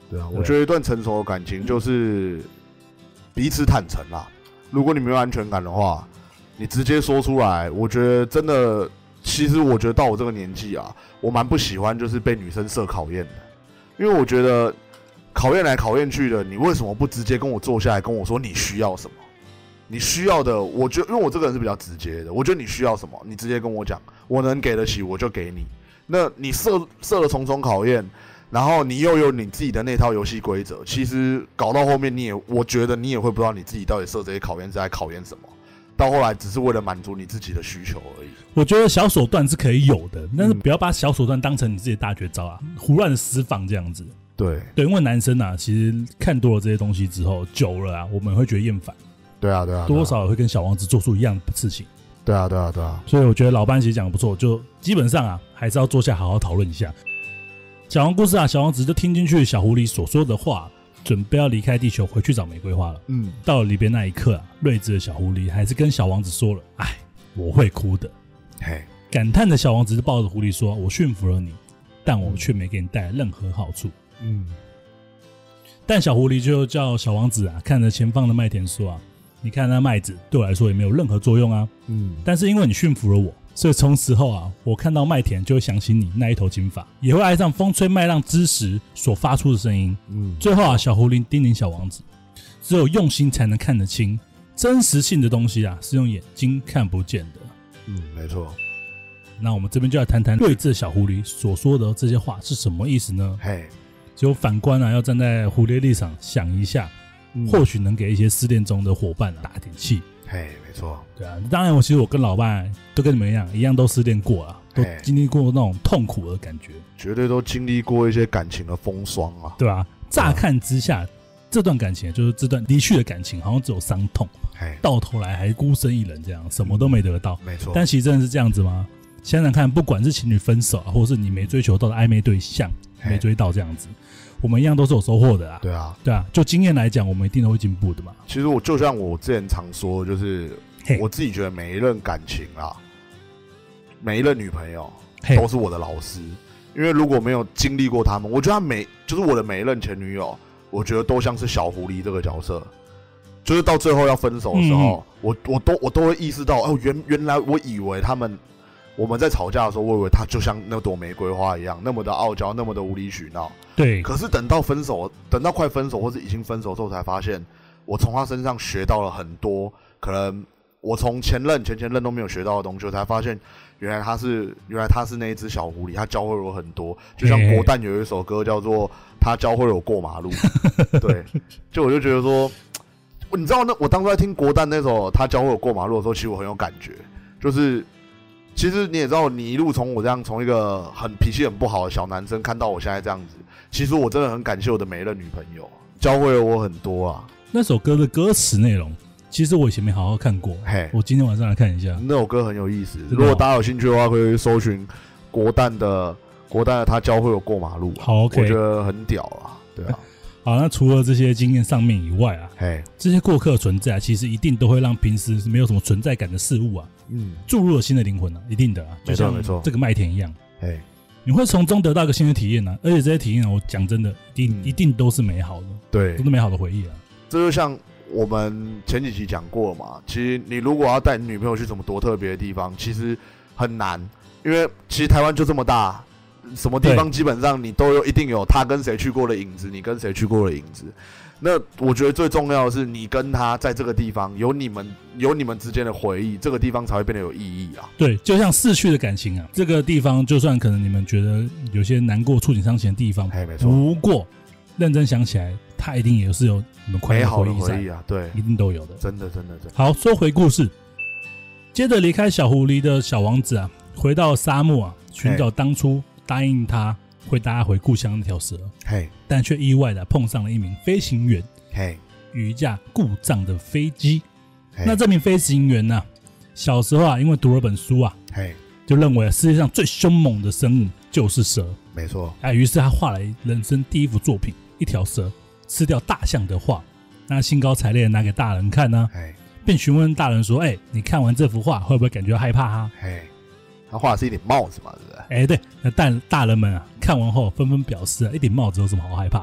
对啊，我觉得一段成熟的感情就是彼此坦诚啦。如果你没有安全感的话，你直接说出来，我觉得真的，其实我觉得到我这个年纪啊，我蛮不喜欢就是被女生设考验的，因为我觉得考验来考验去的，你为什么不直接跟我坐下来跟我说你需要什么？你需要的，我觉得因为我这个人是比较直接的，我觉得你需要什么，你直接跟我讲，我能给得起我就给你。那你设了重重考验。然后你又有你自己的那套游戏规则，其实搞到后面我觉得你也会不知道你自己到底设这些考验是在考验什么，到后来只是为了满足你自己的需求而已。 我觉得小手段是可以有的，但是不要把小手段当成你自己的大绝招啊，胡乱的释放这样子。 对， 因为男生啊，其实看多了这些东西之后，久了啊，我们会觉得厌烦。 对啊， 多少也会跟小王子做出一样的事情。 对啊。 所以我觉得老班其实讲的不错，就基本上啊，还是要坐下好好讨论一下。讲完故事啊，小王子就听进去小狐狸所说的话，准备要离开地球回去找玫瑰花了。到了离别那一刻啊，睿智的小狐狸还是跟小王子说了：“哎，我会哭的。”感叹的小王子就抱着狐狸说：“我驯服了你，但我却没给你带来任何好处。”但小狐狸就叫小王子啊，看着前方的麦田说：“啊，你看那麦子对我来说也没有任何作用啊。但是因为你驯服了我。”所以从此后啊，我看到麦田就会想起你那一头金发，也会爱上风吹麦浪之时所发出的声音。最后啊，小狐狸叮咛小王子，只有用心才能看得清，真实性的东西啊，是用眼睛看不见的。 没错。 那我们这边就来谈谈睿智小狐狸所说的这些话是什么意思呢？只有反观啊，要站在狐狸立场想一下，或许能给一些失恋中的伙伴打点气。 没错， 对啊，当然其实我跟老伴都跟你们一样都失恋过啊，都经历过那种痛苦的感觉， 绝对都经历过一些感情的风霜啊， 对吧？乍看之下，这段感情就是这段离去的感情，好像只有伤痛，到头来还孤身一人这样，什么都没得到， 没错。 但其实真的是这样子吗？想想看，不管是情侣分手，或者是你没追求到的暧昧对象没追到这样子。我们一样都是有收获的啊，对啊，就经验来讲，我们一定都会进步的嘛。 其实就像我之前常说，就是我自己觉得每一任感情啊，每一任女朋友都是我的老师，因为如果没有经历过他们，我觉得就是我的每一任前女友，我觉得都像是小狐狸这个角色，就是到最后要分手的时候，我都会意识到，哦，原来我以为我们在吵架的时候，我以为他就像那朵玫瑰花一样，那么的傲娇，那么的无理取闹。 对。 可是等到快分手，或是已经分手之后，才发现，我从他身上学到了很多，可能我从前任都没有学到的东西，我才发现，原来他是那一只小狐狸，他教会了我很多。就像国蛋有一首歌叫做《他教会了我过马路》，对，我就觉得说，你知道我当初在听国蛋那首《他教会我过马路》的时候，其实我很有感觉，就是。其实你也知道，你一路从我这样从一个脾气很不好的小男生看到我现在这样子，其实我真的很感谢我的每一任女朋友，教会了我很多啊。 那首歌的歌词内容，其实我以前没好好看过，我今天晚上来看一下。 那首歌很有意思，如果大家有兴趣的话，可以搜寻国蛋的他教会我过马路， 好 ，OK， 我觉得很屌啊，对啊。 好，那除了这些经验上面以外啊，这些过客存在，其实一定都会让平时没有什么存在感的事物啊，注入了新的灵魂啊，一定的啊，就像这个麦田一样，你会从中得到一个新的体验啊，而且这些体验啊，我讲真的，一定都是美好的， 对， 都是美好的回忆啊。 这就像我们前几集讲过嘛，其实你如果要带你女朋友去什么多特别的地方，其实很难，因为其实台湾就这么大。什么地方基本上你都一定有他跟谁去过的影子，你跟谁去过的影子。那我觉得最重要的是，你跟他在这个地方有你们之间的回忆，这个地方才会变得有意义啊。 对，就像逝去的感情啊，这个地方就算可能你们觉得有些难过、触景伤情的地方， 没错。 不过认真想起来，它一定也是有你们快乐的回忆啊， 对， 一定都有的。 真的。 好，说回故事，接着离开小狐狸的小王子啊，回到沙漠啊，寻找当初。答应他会带他回故乡那条蛇，但却意外的碰上了一名飞行员，与一架故障的飞机。那这名飞行员呢，小时候啊，因为读了本书啊，就认为世界上最凶猛的生物就是蛇， 没错。 于是他画了人生第一幅作品，一条蛇吃掉大象的画。那兴高采烈的拿给大人看呢，并询问大人说：“你看完这幅画会不会感觉害怕啊？” 他画的是一顶帽子嘛，对不对？对，那大人们啊，看完后纷纷表示一顶帽子有什么好害怕的？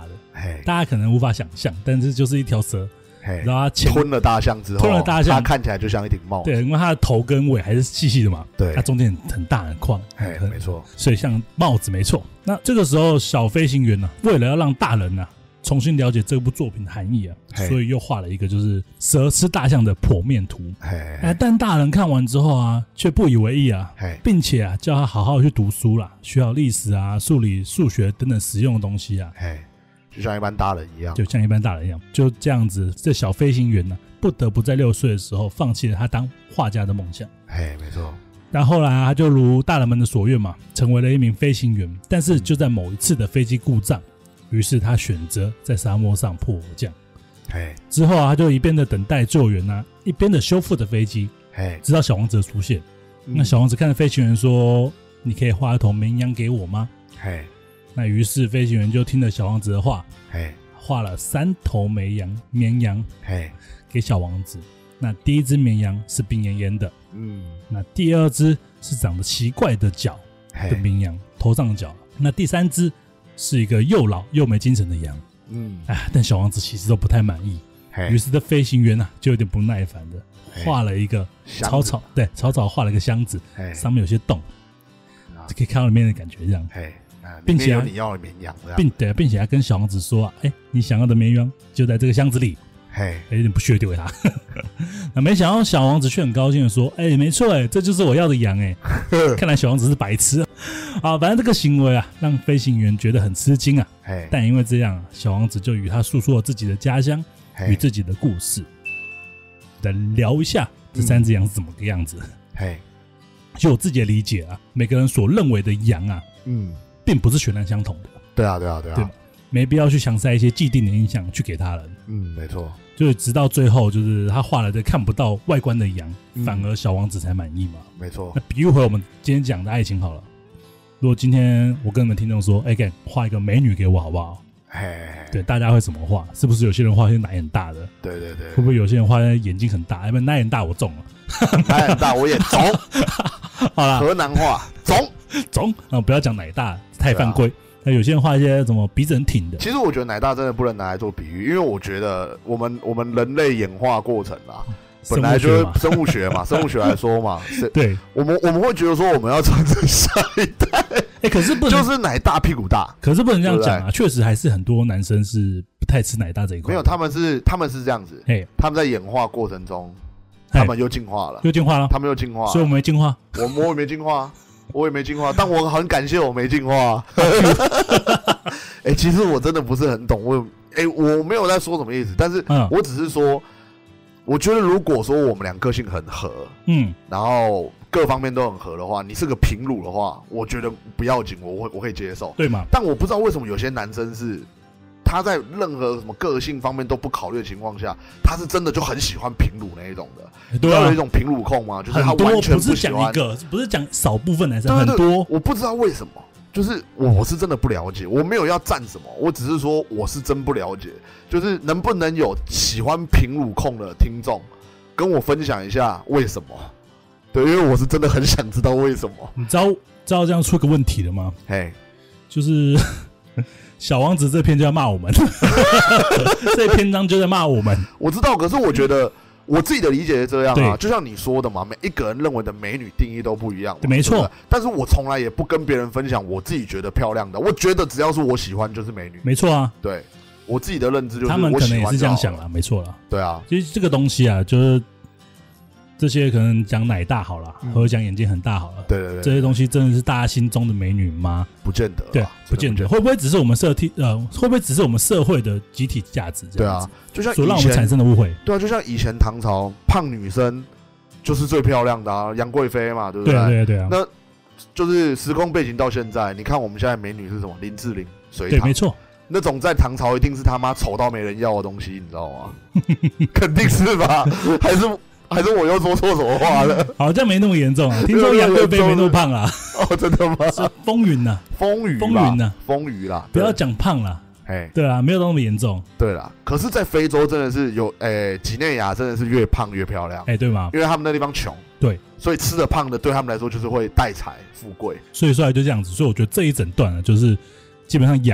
大家可能无法想象，但是就是一条蛇。然后它吞了大象之后，它看起来就像一顶帽子。 对，因为它的头跟尾还是细细的嘛，对，它中间很大很宽， 没错， 所以像帽子没错。那这个时候小飞行员呢，为了要让大人呢重新了解这部作品的含义啊，所以又画了一个就是蛇吃大象的剖面图。但大人看完之后啊，却不以为意啊，并且啊叫他好好去读书啦，学好历史啊、数理、数学等等实用的东西啊。 就像一般大人一样， 就这样子，这小飞行员呢，不得不在6岁的时候放弃了他当画家的梦想。 没错。 但后来他就如大人们的所愿嘛，成为了一名飞行员。但是就在某一次的飞机故障，于是他选择在沙漠上迫降。之后啊，他就一边的等待救援啊，一边的修复着飞机。直到小王子的出现。那小王子看着飞行员说：“你可以画一头绵羊给我吗？”那于是飞行员就听了小王子的话，画了3头绵羊给小王子。那第一只绵羊是病恹恹的，那第二只是长得奇怪的角的绵羊，头上的角。那第3只是一个又老又没精神的羊。但小王子其实都不太满意，于是这飞行员啊就有点不耐烦的画了一个草草画了一个箱子，上面有些洞，可以看到里面的感觉这样。 并且有你要的绵羊， 并且还跟小王子说啊，你想要的绵羊就在这个箱子里。有点不屑丢给他。那没想到小王子却很高兴的说：“没错，这就是我要的羊。”看来小王子是白痴啊！反正这个行为啊，让飞行员觉得很吃惊啊。但因为这样，小王子就与他诉说了自己的家乡与自己的故事，来聊一下这3只羊是怎么个样子。就我自己的理解啊，每个人所认为的羊啊，并不是全然相同的。 对啊， 没必要去强塞一些既定的印象去给他人。 没错。 就直到最后，就是他画了这看不到外观的羊，反而小王子才满意嘛。 没错。 那比喻回我们今天讲的爱情好了，如果今天我跟你们听众说，画一个美女给我好不好？对，大家会怎么画？是不是有些人画一些奶很大的？ 对。 会不会有些人画眼睛很大？奶很大我中了， 奶很大我也中。好了，河南话中不要讲奶大太犯规。那有些人画一些什么鼻子很挺的。 其实我觉得奶大真的不能拿来做比喻，因为我觉得我们人类演化过程啊，本来就是生物学嘛，生物学来说嘛， 对， 我们会觉得说我们要传承下一代， 可是不能就是奶大屁股大， 可是不能这样讲啊，确实还是很多男生是不太吃奶大这一块。 没有，他们是这样子，他们在演化过程中，他们又进化了，他们又进化了， 所以我们没进化， 我也没进化。我也没进化，但我很感谢我没进化。其实我真的不是很懂，我没有在说什么意思，但是我只是说，我觉得如果说我们俩个性很合，然后各方面都很合的话，你是个平乳的话，我觉得不要紧，我可以接受， 对吗？ 但我不知道为什么有些男生是他在任何什么个性方面都不考虑的情况下，他是真的就很喜欢平乳那一种的。 对啊， 有一种平乳控吗？就是他完全不喜欢，不是讲少部分男生，很多。 我不知道为什么，就是我是真的不了解，我没有要赞什么，我只是说我是真不了解，就是能不能有喜欢平乳控的听众跟我分享一下为什么？对，因为我是真的很想知道为什么。 你知道这样出个问题了吗？就是小王子这篇就要骂我们，这篇章就在骂我们。 我知道，可是我觉得我自己的理解是这样啊，就像你说的嘛，每一个人认为的美女定义都不一样， 没错。 但是我从来也不跟别人分享我自己觉得漂亮的，我觉得只要是我喜欢就是美女， 没错啊。 对，我自己的认知就是他们可能也是这样想啦，没错啦。 对啊， 其实这个东西啊，就是这些可能讲奶大好了，或者讲眼睛很大好了， 对， 这些东西真的是大家心中的美女吗？ 不见得， 对，不见得。会不会只是我们会不会只是我们社会的集体价值这样子？ 对啊，就像所让我们产生的误会。 对啊，就像以前唐朝胖女生就是最漂亮的啊，杨贵妃嘛，对不对？ 对啊。那就是时空背景到现在，你看我们现在美女是什么？林志玲、隋唐，对，没错。 那种在唐朝一定是他妈丑到没人要的东西，你知道吗？肯定是吧？还是我又说错什么话了？ 好像没那么严重啊。听说杨贵妃没那么胖啊。 哦，真的吗？ 是风云呐， 风雨啦， 不要讲胖啦。对啊，没有那么严重。 对啦，可是，在非洲真的是有，几内亚真的是越胖越漂亮。 对吗？ 因为他们那地方穷， 对， 所以吃的胖的对他们来说就是会带财富贵。 所以说就这样子，所以我觉得这一整段啊，就是基本上羊啊，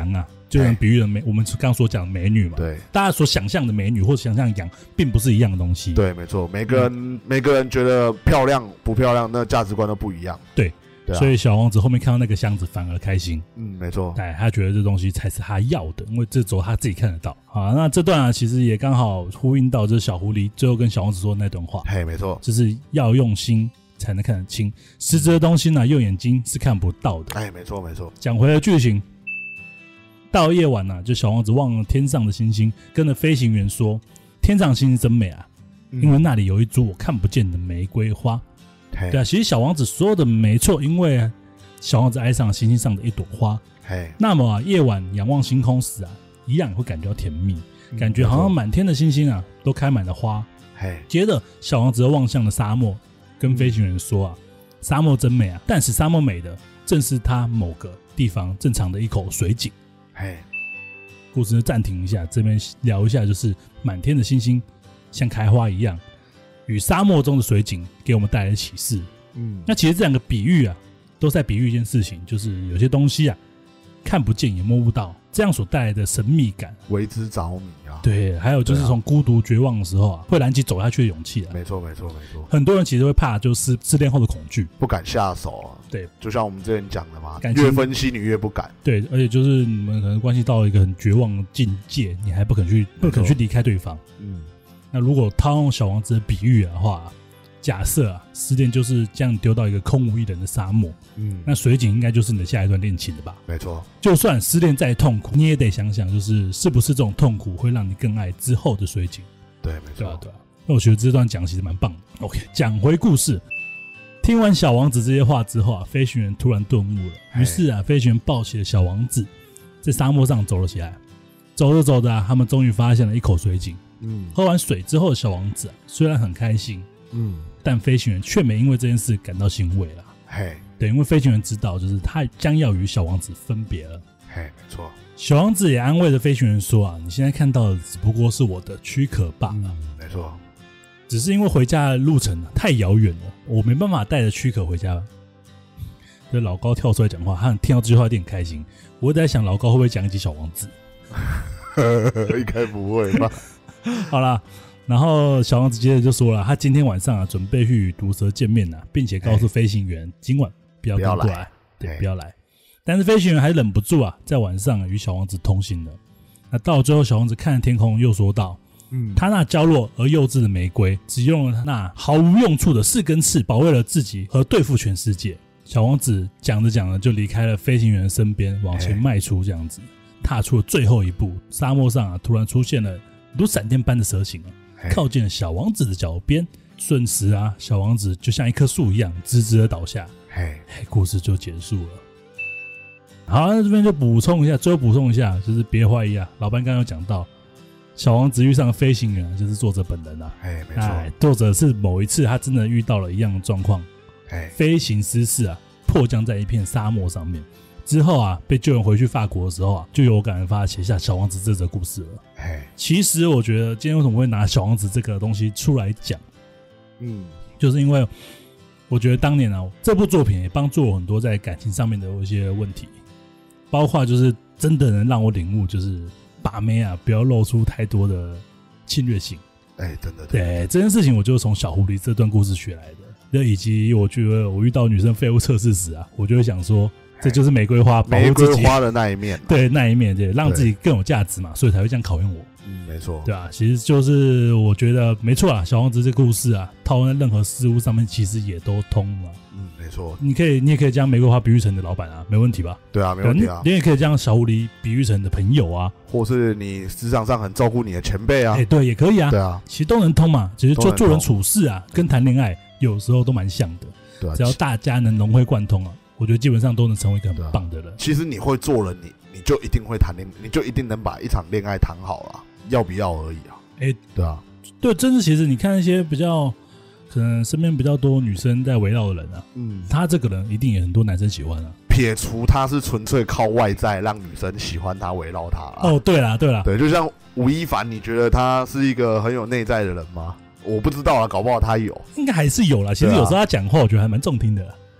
就能比喻的我们刚刚所讲的美女嘛。 对， 大家所想象的美女或者想象羊，并不是一样的东西。 对，没错，每个人觉得漂亮不漂亮，那价值观都不一样。 对。所以小王子后面看到那个箱子反而开心， 没错， 他觉得这东西才是他要的，因为这只有他自己看得到。好，那这段其实也刚好呼应到就是小狐狸最后跟小王子说的那段话， 没错， 就是要用心才能看得清，实质的东西呢，用眼睛是看不到的。 没错没错。 讲回了剧情，到夜晚就小王子望了天上的星星，跟着飞行员说：“天上星星真美啊，因为那里有一株我看不见的玫瑰花。”对啊，其实小王子说的没错，因为小王子爱上了星星上的一朵花。那么夜晚仰望星空时一样会感觉到甜蜜，感觉好像满天的星星都开满了花。接着小王子又望向了沙漠，跟飞行员说沙漠真美啊，但是沙漠美的正是它某个地方正常的一口水井。故事暂停一下，这边聊一下，就是满天的星星像开花一样，与沙漠中的水井给我们带来的启示。那其实这两个比喻都在比喻一件事情，就是有些东西看不见也摸不到，这样所带来的神秘感， 为之着迷对，还有就是从孤独绝望的时候会燃起走下去的勇气没错没错没错。 很多人其实会怕就是失恋后的恐惧， 不敢下手对， 就像我们之前讲的嘛，越分析你越不敢。 对，而且就是你们可能关系到一个很绝望的境界，你还不肯去离开对方。那如果套用小王子的比喻的话，假设失恋就是这样丢到一个空无一人的沙漠，那水井应该就是你的下一段恋情了吧？ 没错， 就算失恋再痛苦，你也得想想，就是是不是这种痛苦会让你更爱之后的水井？ 对，没错， 对啊。那我觉得这段讲其实蛮棒的。OK， 讲回故事，听完小王子这些话之后飞行员突然顿悟了，于是飞行员抱起了小王子，在沙漠上走了起来。走着走着他们终于发现了一口水井。喝完水之后的小王子虽然很开心，但飞行员却没因为这件事感到欣慰了。对，因为飞行员知道，就是他将要与小王子分别了。 没错。 小王子也安慰着飞行员说你现在看到的只不过是我的躯壳罢了。 没错。 只是因为回家的路程太遥远了，我没办法带着躯壳回家。所以老高跳出来讲话，他听到这句话有点开心。我在想老高会不会讲一集小王子？ 应该不会吧。 好啦，然后小王子接着就说了，他今天晚上准备去与毒蛇见面并且告诉飞行员今晚不要跟过来，对，不要来。但是飞行员还忍不住在晚上与小王子通信了。那到了最后，小王子看着天空又说道，他那娇弱而幼稚的玫瑰，只用了那毫无用处的4根刺，保卫了自己和对付全世界。小王子讲着讲着就离开了飞行员的身边，往前迈出，这样子踏出了最后一步。沙漠上突然出现了如闪电般的蛇形靠近了小王子的脚边，瞬时小王子就像一棵树一样直直的倒下。故事就结束了。好，那这边就补充一下，最后补充一下，就是别怀疑老班刚刚有讲到小王子遇上飞行员就是作者本人没错， 作者是某一次他真的遇到了一样的状况，飞行失事迫降在一片沙漠上面，之后被救援回去法国的时候就有感而发写下小王子这则故事了。其实我觉得今天为什么会拿小王子这个东西出来讲，就是因为我觉得当年这部作品也帮助我很多在感情上面的一些问题，包括就是真的能让我领悟，就是把妹不要露出太多的侵略性。 真的， 对这件事情，我就是从小狐狸这段故事学来的。以及我觉得我遇到女生废物测试时我就会想说，这就是玫瑰花保护自己， 玫瑰花的那一面对，那一面，对，让自己更有价值嘛，所以才会这样考验我。 没错， 对其实就是我觉得没错小王子这故事套用在任何事物上面其实也都通了。 没错， 你也可以将玫瑰花比喻成你的老板没问题吧？ 对没问题你也可以将小狐狸比喻成你的朋友或是你职场上很照顾你的前辈对，也可以对其实都能通嘛。其实就做人处事跟谈恋爱有时候都蛮像的。 对只要大家能融会贯通我觉得基本上都能成为一个很棒的人。 其实你会做人，你就一定会谈恋爱，你就一定能把一场恋爱谈好了，要不要而已对对，真是其实你看一些比较可能身边比较多女生在围绕的人他这个人一定也很多男生喜欢撇除他是纯粹靠外在让女生喜欢他围绕他对啦， 对，就像吴亦凡，你觉得他是一个很有内在的人吗？我不知道搞不好他有， 应该还是有啦。其实有时候他讲话我觉得还蛮中听的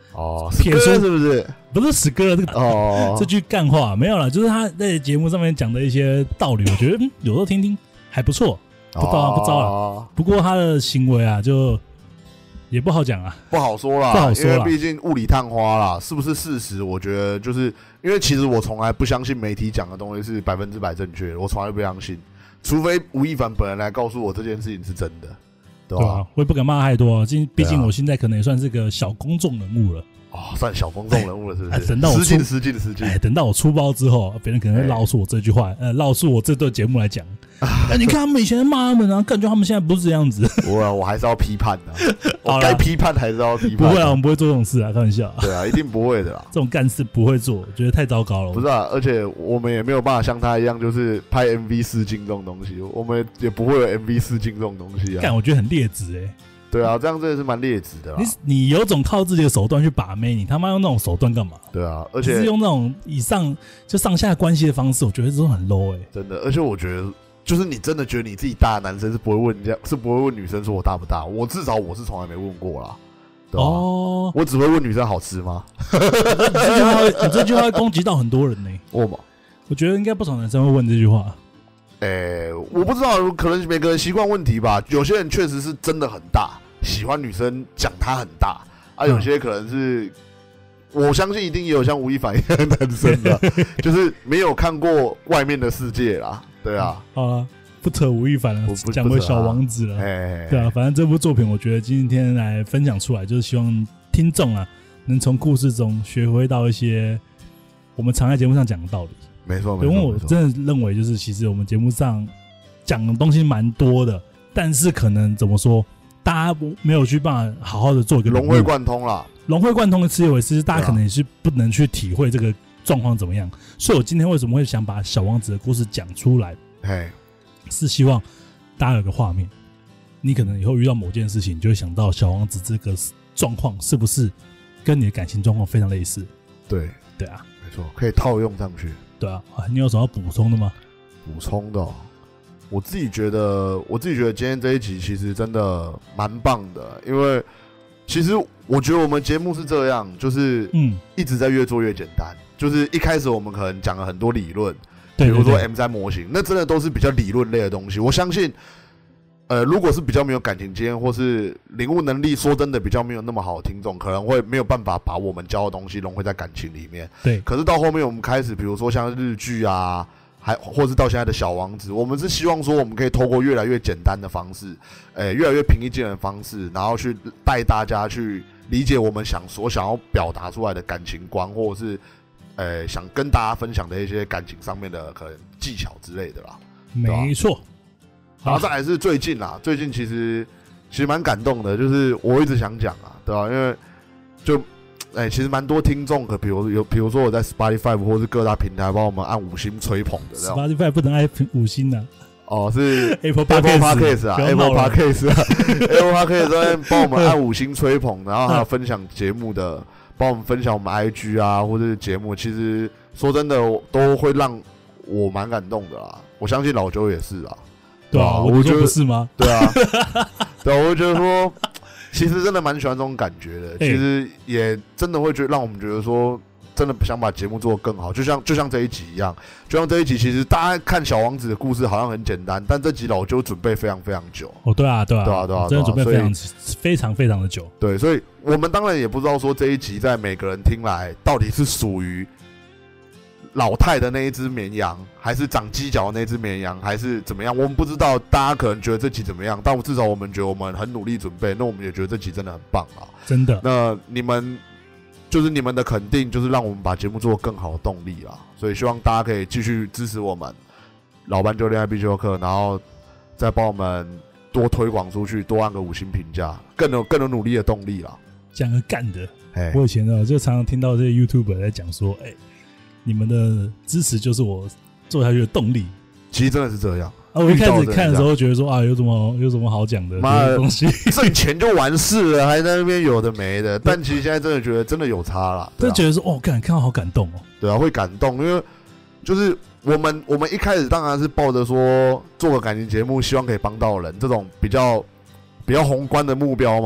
撇说是不是？ 不是死哥这个这句干话没有啦，就是他在节目上面讲的一些道理，我觉得有时候听听还不错，不糟了。不过他的行为啊，就也不好讲啊， 不好说啦，因为毕竟雾里探花啦，是不是事实？我觉得就是因为其实我从来不相信媒体讲的东西是100%正确的，我从来不相信，除非吴亦凡本人来告诉我这件事情是真的。对啊， 我也不敢骂太多，毕竟我现在可能也算是个小公众人物了。 算小公众人物了，是不是？ 等到我失敬。 等到我出包之后，别人可能会唠出我这句话，唠出我这段节目来讲。你看他们以前骂他们啊，感觉他们现在不是这样子。 我还是要批判的，我该批判还是要批判。 不会啊，我们不会做这种事啊，开玩笑。 对啊，一定不会的啦。 这种干事不会做，我觉得太糟糕了。 不是啊，而且我们也没有办法像他一样，就是拍 MV 试镜这种东西，我们也不会有 MV 试镜这种东西啊。 干，我觉得很劣质对啊，这样真的是蛮劣质的啦。 你有种靠自己的手段去把妹，你他妈用那种手段干嘛？ 对啊，而且是用那种上下关系的方式，我觉得这种很 low 真的，而且我觉得，就是你真的觉得你自己大的男生是不会问女生说我大不大？至少我是从来没问过啦。我只会问女生好吃吗？ 你这句话会攻击到很多人呢。 我觉得应该不少男生会问这句话。 我不知道，可能每个人习惯问题吧。有些人确实是真的很大，喜欢女生讲他很大啊。有些可能是，我相信一定也有像吴亦凡一样的男生的，就是没有看过外面的世界啦。对啊， 好了，不扯吴亦凡了，讲回小王子了。对啊，反正这部作品，我觉得今天来分享出来，就是希望听众啊，能从故事中学会到一些我们常在节目上讲的道理。 没错， 因为我真的认为，就是其实我们节目上讲的东西蛮多的，但是可能怎么说，大家没有去办法好好的做一个融会贯通啦。 融会贯通的吃一回事，大家可能也是不能去体会这个状况怎么样。所以我今天为什么会想把小王子的故事讲出来，是希望大家有个画面，你可能以后遇到某件事情，你就会想到小王子这个状况是不是跟你的感情状况非常类似？对啊， 没错，可以套用上去。 对啊，你有什么要补充的吗？ 补充的我自己觉得今天这一集其实真的蛮棒的，因为其实我觉得我们节目是这样，就是一直在越做越简单。就是一开始我们可能讲了很多理论，比如说 M3 模型，那真的都是比较理论类的东西。我相信如果是比较没有感情经验或是领悟能力，说真的比较没有那么好的听众，可能会没有办法把我们教的东西融汇在感情里面。 对。 可是到后面我们开始，比如说像日剧啊，或是到现在的小王子，我们是希望说我们可以透过越来越简单的方式，越来越平易近人的方式，然后去带大家去理解我们想要表达出来的感情观，或者是想跟大家分享的一些感情上面的可能技巧之类的啦。 没错。 然后再来是最近其实蛮感动的，就是我一直想讲对吧？因为就其实蛮多听众，比如说我在 Spotify 或是各大平台帮我们按5星吹捧的。 Spotify 不能按5星的。 是 Apple Podcast 啊 ，Apple Podcast 啊，Apple Podcast 这边帮我们按5星吹捧，然后还有分享节目的，帮我们分享我们 IG 啊，或者是节目，其实说真的都会让我蛮感动的啦。我相信老周也是啊。 对啊，我觉得不是吗？ 对啊，对啊，我就觉得说，其实真的蛮喜欢这种感觉的。其实也真的会让我们觉得说，真的想把节目做得更好。就像这一集一样，就像这一集，其实大家看小王子的故事好像很简单，但这集老周准备非常非常久。 对啊，真的准备非常非常的久。 对，所以我们当然也不知道说这一集在每个人听来到底是属于老太的那一只绵羊，还是长犄角的那只绵羊，还是怎么样？我们不知道，大家可能觉得这集怎么样，但至少我们觉得我们很努力准备，那我们也觉得这集真的很棒啊！ 真的。 那你们的肯定，就是让我们把节目做得更好的动力啦。所以希望大家可以继续支持我们老班就恋爱必修课，然后再帮我们多推广出去，多按个5星评价，更有努力的动力啦。 讲个干的，我以前就常常听到这些 YouTuber 在讲说，你们的支持就是我做下去的动力。 其实真的是这样。 我一开始看的时候觉得说有什么好讲的妈的东西， 挣钱就完事了，还在那边有的没的。但其实现在真的觉得真的有差啦， 真的觉得说看到好感动哦。 对啊，会感动，因为就是我们一开始当然是抱着说做个感情节目，希望可以帮到人这种比较宏观的目标嘛。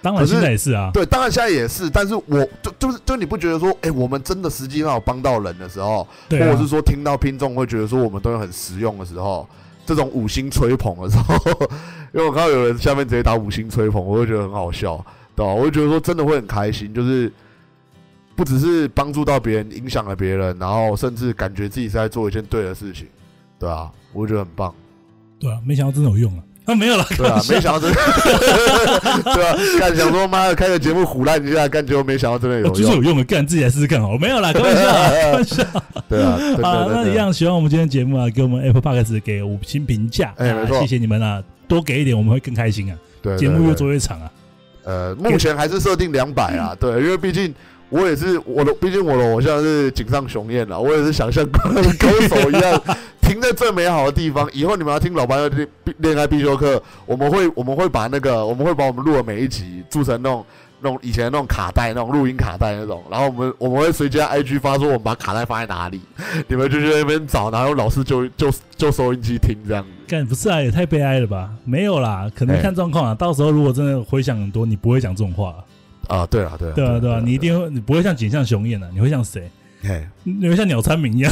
当然现在也是啊， 对，当然现在也是，但是我就你不觉得说，我们真的实际上有帮到人的时候，或者是说听到听众会觉得说我们都很实用的时候，这种5星吹捧的时候，因为我看到有人下面直接打5星吹捧，我会觉得很好笑，对吧？我会觉得说真的会很开心，就是不只是帮助到别人，影响了别人，然后甚至感觉自己是在做一件对的事情，对啊，我觉得很棒， 对啊，没想到真的有用啊。没有了， 对啊，没想到真的，对啊，干想说妈的开个节目唬烂一下，干结果没想到真的有用， 就是有用的，干自己来试试看好了，没有啦，开玩笑，开玩笑， 对啊， 那一样喜欢我们今天节目啊，给我们 Apple Podcast 给5星评价， 没错， 谢谢你们啊，多给一点我们会更开心啊，对，节目越做越长啊， 目前还是设定200啊，对，因为毕竟。我也是毕竟我的偶像是井上雄彦啦，我也是想像歌手一样，停在最美好的地方。以后你们要听老班的恋爱必修课，我们会把我们会把我们录的每一集做成那种以前的那种卡带，那种录音卡带那种，然后我们会随机在 IG 发说我们把卡带放在哪里，你们就去那边找，然后老师就收音机听这样子。 干不是啊，也太悲哀了吧？没有啦，可能看状况啊。到时候如果真的回想很多，你不会讲这种话。 对啊， 你一定会，你不会像井上雄彦啊，你会像谁？你会像鸟参明一样，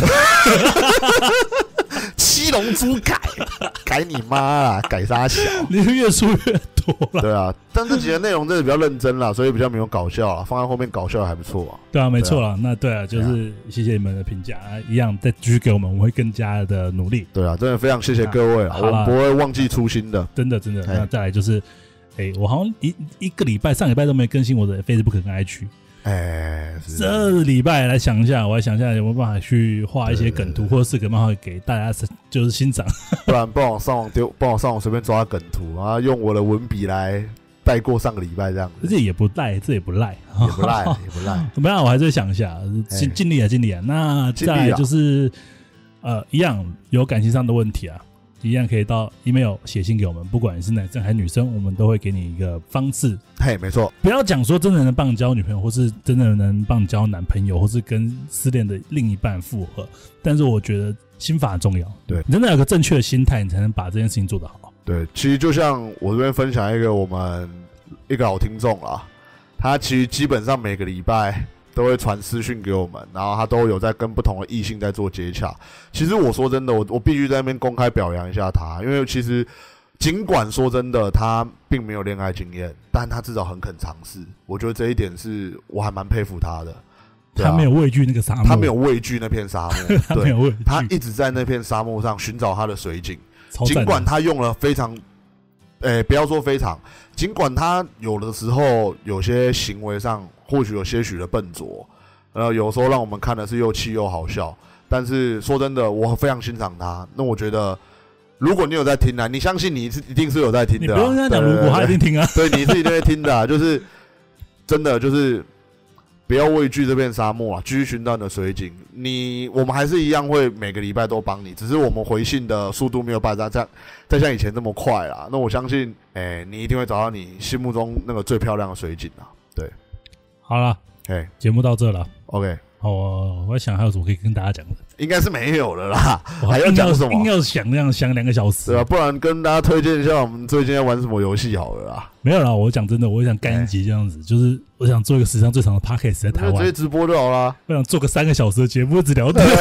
七龙珠改你妈啦，改啥小？ 你越出越多了。 对啊，但这集的内容真的比较认真啦，所以比较没有搞笑啦，放在后面搞笑还不错啊。 对啊，没错啦。那对啊，就是谢谢你们的评价，一样再继续给我们，我们会更加的努力。 对啊，真的非常谢谢各位啊，我们不会忘记初心的， 真的。那再来就是。我好像一个礼拜，上礼拜都没更新我的 Facebook 跟 IG。这礼拜来想一下，我来想一下有没有办法去画一些梗图，或者是个漫画给大家就是欣赏。 不然帮我上网随便抓梗图，然后用我的文笔来带过上个礼拜这样子。 这也不赖。 也不赖。 没有，我还是想一下，尽力啊。那再来就是一样有感情上的问题啊。一样可以到 email 写信给我们，不管你是男生还是女生，我们都会给你一个方式。 没错， 不要讲说真的能帮你交女朋友，或是真的能帮你交男朋友，或是跟失恋的另一半复合。但是我觉得心法很重要，对你真的有个正确的心态，你才能把这件事情做得好。 对，其实就像我这边分享一个我们一个老听众啦，他其实基本上每个礼拜都会传私讯给我们，然后他都有在跟不同的异性在做接洽。其实我说真的，我必须在那边公开表扬一下他，因为其实尽管说真的他并没有恋爱经验，但他至少很肯尝试。我觉得这一点是我还蛮佩服他的。 他没有畏惧那个沙漠， 他没有畏惧那片沙漠， 他没有畏惧， 他一直在那片沙漠上寻找他的水井。尽管他用了非常，不要说非常，尽管他有的时候有些行为上或许有些许的笨拙，有时候让我们看的是又气又好笑。但是说真的，我非常欣赏他。那我觉得，如果你有在听啊，你相信你一定是有在听的。 你不用跟他讲，如果他一定听啊。 对，你是一定会听的，就是真的就是不要畏惧这片沙漠啊，继续寻找你的水井。我们还是一样会每个礼拜都帮你，只是我们回信的速度没有办法再像以前这么快啦。那我相信，你一定会找到你心目中那个最漂亮的水井啊。对， 好了，节目到这了 ，OK。 我在想还有什么可以跟大家讲的， 应该是没有了啦。我还要讲什么？ 硬要想2个小时， 对吧？不然跟大家推荐一下我们最近在玩什么游戏好了啦。 没有啦，我讲真的，我想干一集这样子，就是我想做一个史上最长的 podcast 在台湾， 直接直播就好啦。 我想做个3个小时的节目，只聊天。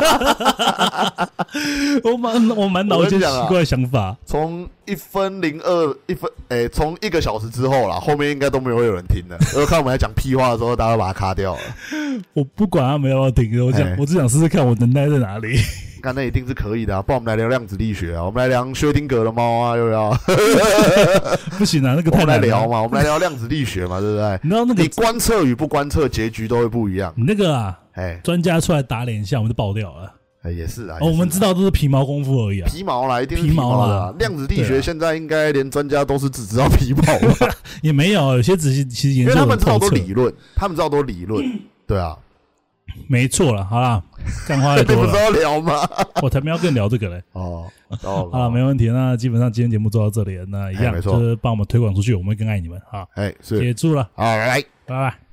我满脑一些奇怪的想法。 从1分02从1个小时之后啦，后面应该都没有人听的。然后看我们在讲屁话的时候，大家都把它卡掉了。 我不管他们要不要听，我只想试试看我能耐在哪里。 那一定是可以的啊！不然我们来聊量子力学啊，我们来聊薛定谔的猫啊，要不要？ 不行啊，那个太难了。 我们来聊嘛，我们来聊量子力学嘛，对不对？ 你知道那个你观测与不观测结局都会不一样。 你那个啊，专家出来打脸一下，我们就爆掉了。 也是啊， 我们知道都是皮毛功夫而已啊， 皮毛啦，一定是皮毛啦。量子力学现在应该连专家都是只知道皮毛吧？ 也没有些其实研究， 因为他们知道都理论，对啊。 没错了，好啦，干话太多了。 你不是要聊吗？ 我才没要跟你聊这个嘞。 好了，没问题。那基本上今天节目做到这里了，那一样就是帮我们推广出去，我们会更爱你们啊。 是， 结束了， 好，拜拜。